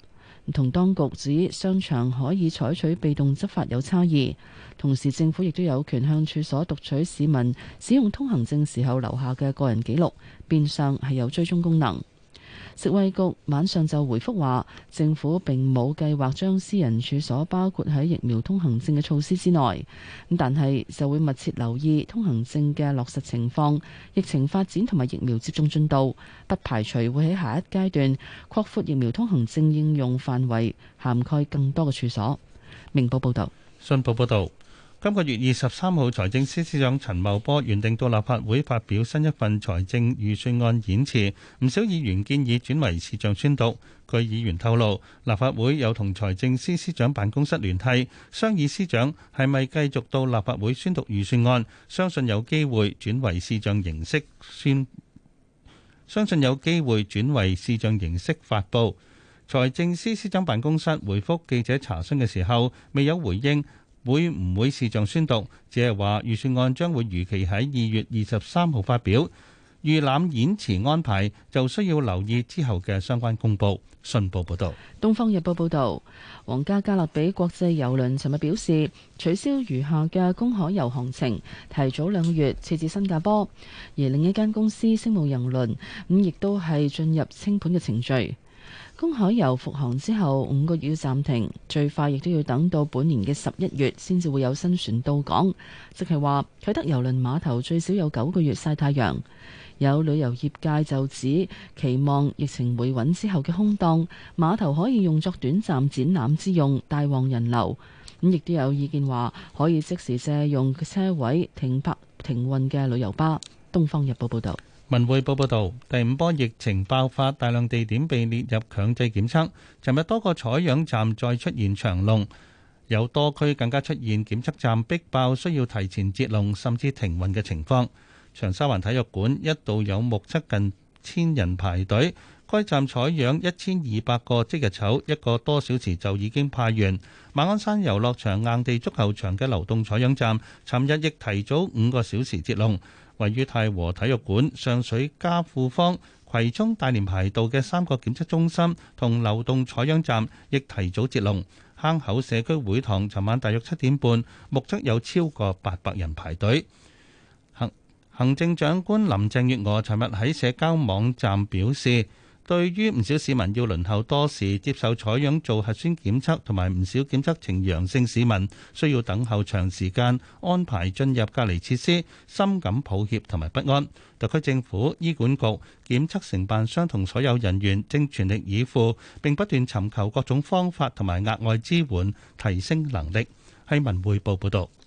同當局指商場可以採取被動執法有差異，同時政府亦都有權向處所讀取市民使用通行證時候留下嘅個人記錄，變相係有追蹤功能。食衛局晚上就回覆話，政府並冇計劃將私人處所包括喺疫苗通行證嘅措施之內，咁但係就會密切留意通行證嘅落實情況、疫情發展同埋疫苗接種進度，不排除會喺下一階段擴闊疫苗通行證應用範圍，涵蓋更多嘅處所。明報報道。 信報報導。今個月二十三號，財政司司長陳茂波原定到立法會發表新一份財政預算案演辭，唔少議員建議轉為視像宣讀。據議員透露，立法會有同財政司司長辦公室聯繫，商議司長係咪繼續到立法會宣讀預算案，相信有機會轉為視像形式宣，相信有機會轉為視像形式發布。財政司司長辦公室回覆記者查詢嘅時候，未有回應會唔會視像宣讀，只係話預算案將會如期喺二月二十三號發表。預覽演辭安排就需要留意之後嘅相關公佈。信報報導。 《東方日報》報導，皇家加勒比國際郵輪尋日表示取消餘下嘅公海遊航程，提早兩個月撤至新加坡。而另一間公司星夢郵輪咁亦都係進入清盤嘅程序。公海遊復航之後五個月要暫停，最快亦都要等到本年嘅十一月先至會有新船到港，即係話啟德郵輪碼頭最少有九個月曬太陽。有旅遊業界就指期望疫情回穩之後嘅空檔碼頭可以用作短暫展覽之用，帶旺人流。咁亦都有意見話可以即時借用車位停泊停運嘅旅遊巴。《東方日報》報導。 文匯報報道，第五波疫情爆發，大量地點被列入強制檢測。尋日多個採樣站再出現長龍，有多區更加出現檢測站逼爆，需要提前截龍甚至停運嘅情況。長沙灣體育館一度有目測近千人排隊，該站採樣一千二百個即日籌，一個多小時就已經派完。馬鞍山遊樂場硬地足球場嘅流動採樣站，尋日亦提早五個小時截龍。位於太和體育館、上水嘉富坊、葵涌大連排道嘅三個檢測中心同流動採樣站亦提早截龍。坑口社區會堂尋晚大約七點半，目測有超過八百人排隊。行行政長官林鄭月娥尋日喺社交網站表示，對於唔少市民要輪候多時接受採樣做核酸檢測，同埋唔少檢測呈陽性市民需要等候長時間安排進入隔離設施，深感抱歉同埋不安。特區政府、醫管局、檢測承辦商同所有人員正全力以赴，並不斷尋求各種方法同埋額外支援，提升能力。係文匯報報導。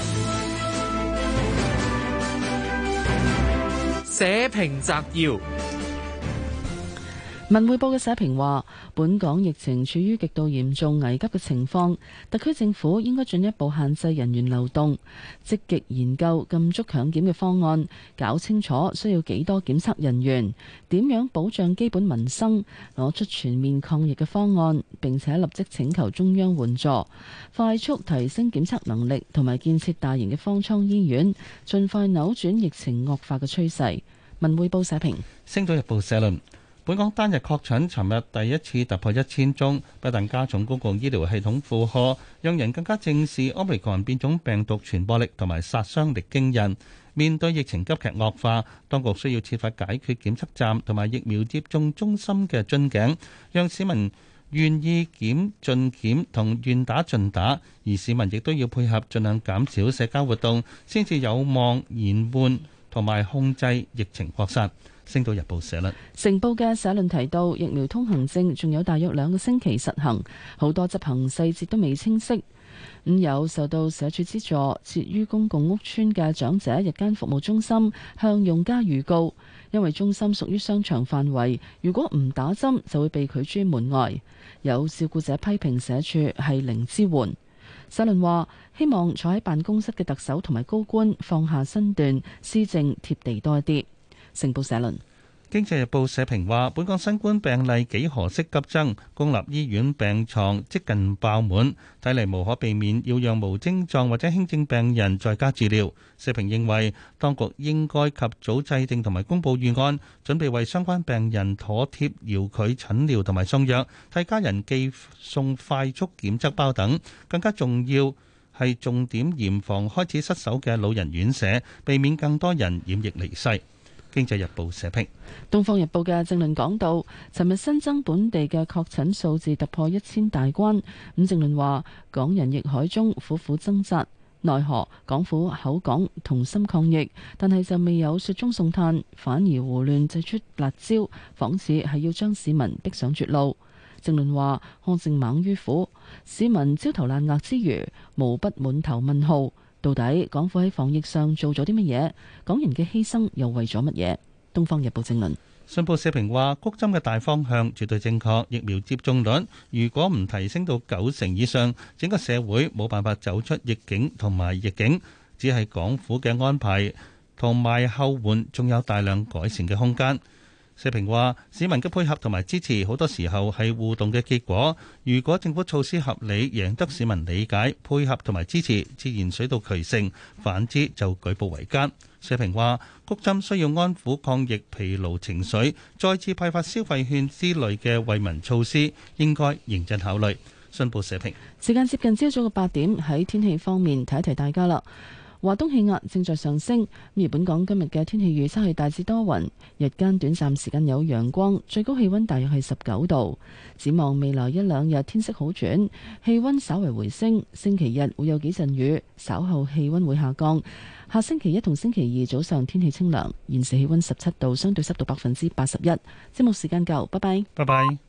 社評摘要。 文匯報嘅社評話，本港疫情處於極度嚴重危急嘅情況，特區政府應該進一步限制人員流動，積極研究禁足強檢嘅方案，搞清楚需要幾多檢測人員，點樣保障基本民生，攞出全面抗疫嘅方案，並且立即請求中央援助，快速提升檢測能力，同埋建設大型嘅方艙醫院，盡快扭轉疫情惡化嘅趨勢。文匯報社評。 星島日報社論。本港單日確診尋日第一次突破一千宗，不但加重公共醫療系統負荷，讓人更加正視 Omicron 變種病毒傳播力同埋殺傷力驚人。面對疫情急劇惡化，當局需要設法解決檢測站同埋疫苗接種中心嘅樽頸，讓市民願意檢盡檢同願打盡打，而市民亦都要配合，盡量減少社交活動，先至有望延緩同埋控制疫情擴散。星島日報社論。 成報嘅社論提到，疫苗通行證仲有大約兩個星期實行，好多執行細節都未清晰。咁有受到社署資助設於公共屋邨嘅長者日間服務中心向用家預告，因為中心屬於商場範圍，如果唔打針就會被拒諸門外。有照顧者批評社署係零支援。社論話，希望坐喺辦公室嘅特首同埋高官放下身段，施政貼地多一啲。成報社論。 經濟日報社評話，本港新冠病例幾何式急增，公立醫院病床接近爆滿，睇嚟無可避免要讓無症狀或者輕症病人在家治療。社評認為，當局應該及早制定同埋公佈預案，準備為相關病人妥貼遙距診療同埋送藥，替家人寄送快速檢測包等。更加重要係重點嚴防開始失守嘅老人院舍，避免更多人染疫離世。經濟日報社評。 東方日報嘅政論講到，尋日新增本地嘅確診數字突破一千大關。咁政論話，港人疫海中苦苦掙扎，奈何港府口講同心抗疫，但係就未有雪中送炭，反而胡亂祭出辣椒，仿似係要將市民逼上絕路。政論話，看成猛於虎，市民焦頭爛額之餘，無不滿頭問號。到底港府喺防疫上做咗啲乜嘢？港人嘅犧牲又為咗乜嘢？東方日報正論。 信報社評話，谷針嘅大方向絕對正確，疫苗接種率如果唔提升到九成以上，整個社會冇辦法走出逆境同埋逆境，只係港府嘅安排同埋後援仲有大量改善嘅空間。社評話，市民嘅配合同埋支持好多時候係互動嘅結果。如果政府措施合理，贏得市民理解、配合同埋支持，自然水到渠成；反之就舉步維艱。社評話，谷針需要安撫抗疫疲勞情緒，再次派發消費券之類嘅惠民措施，應該認真考慮。信報社評。 時間接近朝早嘅八點，喺天氣方面提一提大家啦。華東氣壓正在上升，而本港今日嘅天氣預測係大致多雲，日間短暫時間有陽光，最高氣溫大約係十九度。展望未來一兩日天色好轉，氣溫稍為回升。星期日會有幾陣雨，稍後氣溫會下降。下星期一同星期二早上天氣清涼，現時氣溫十七度，相對濕度百分之八十一。節目時間夠，拜拜。 拜拜。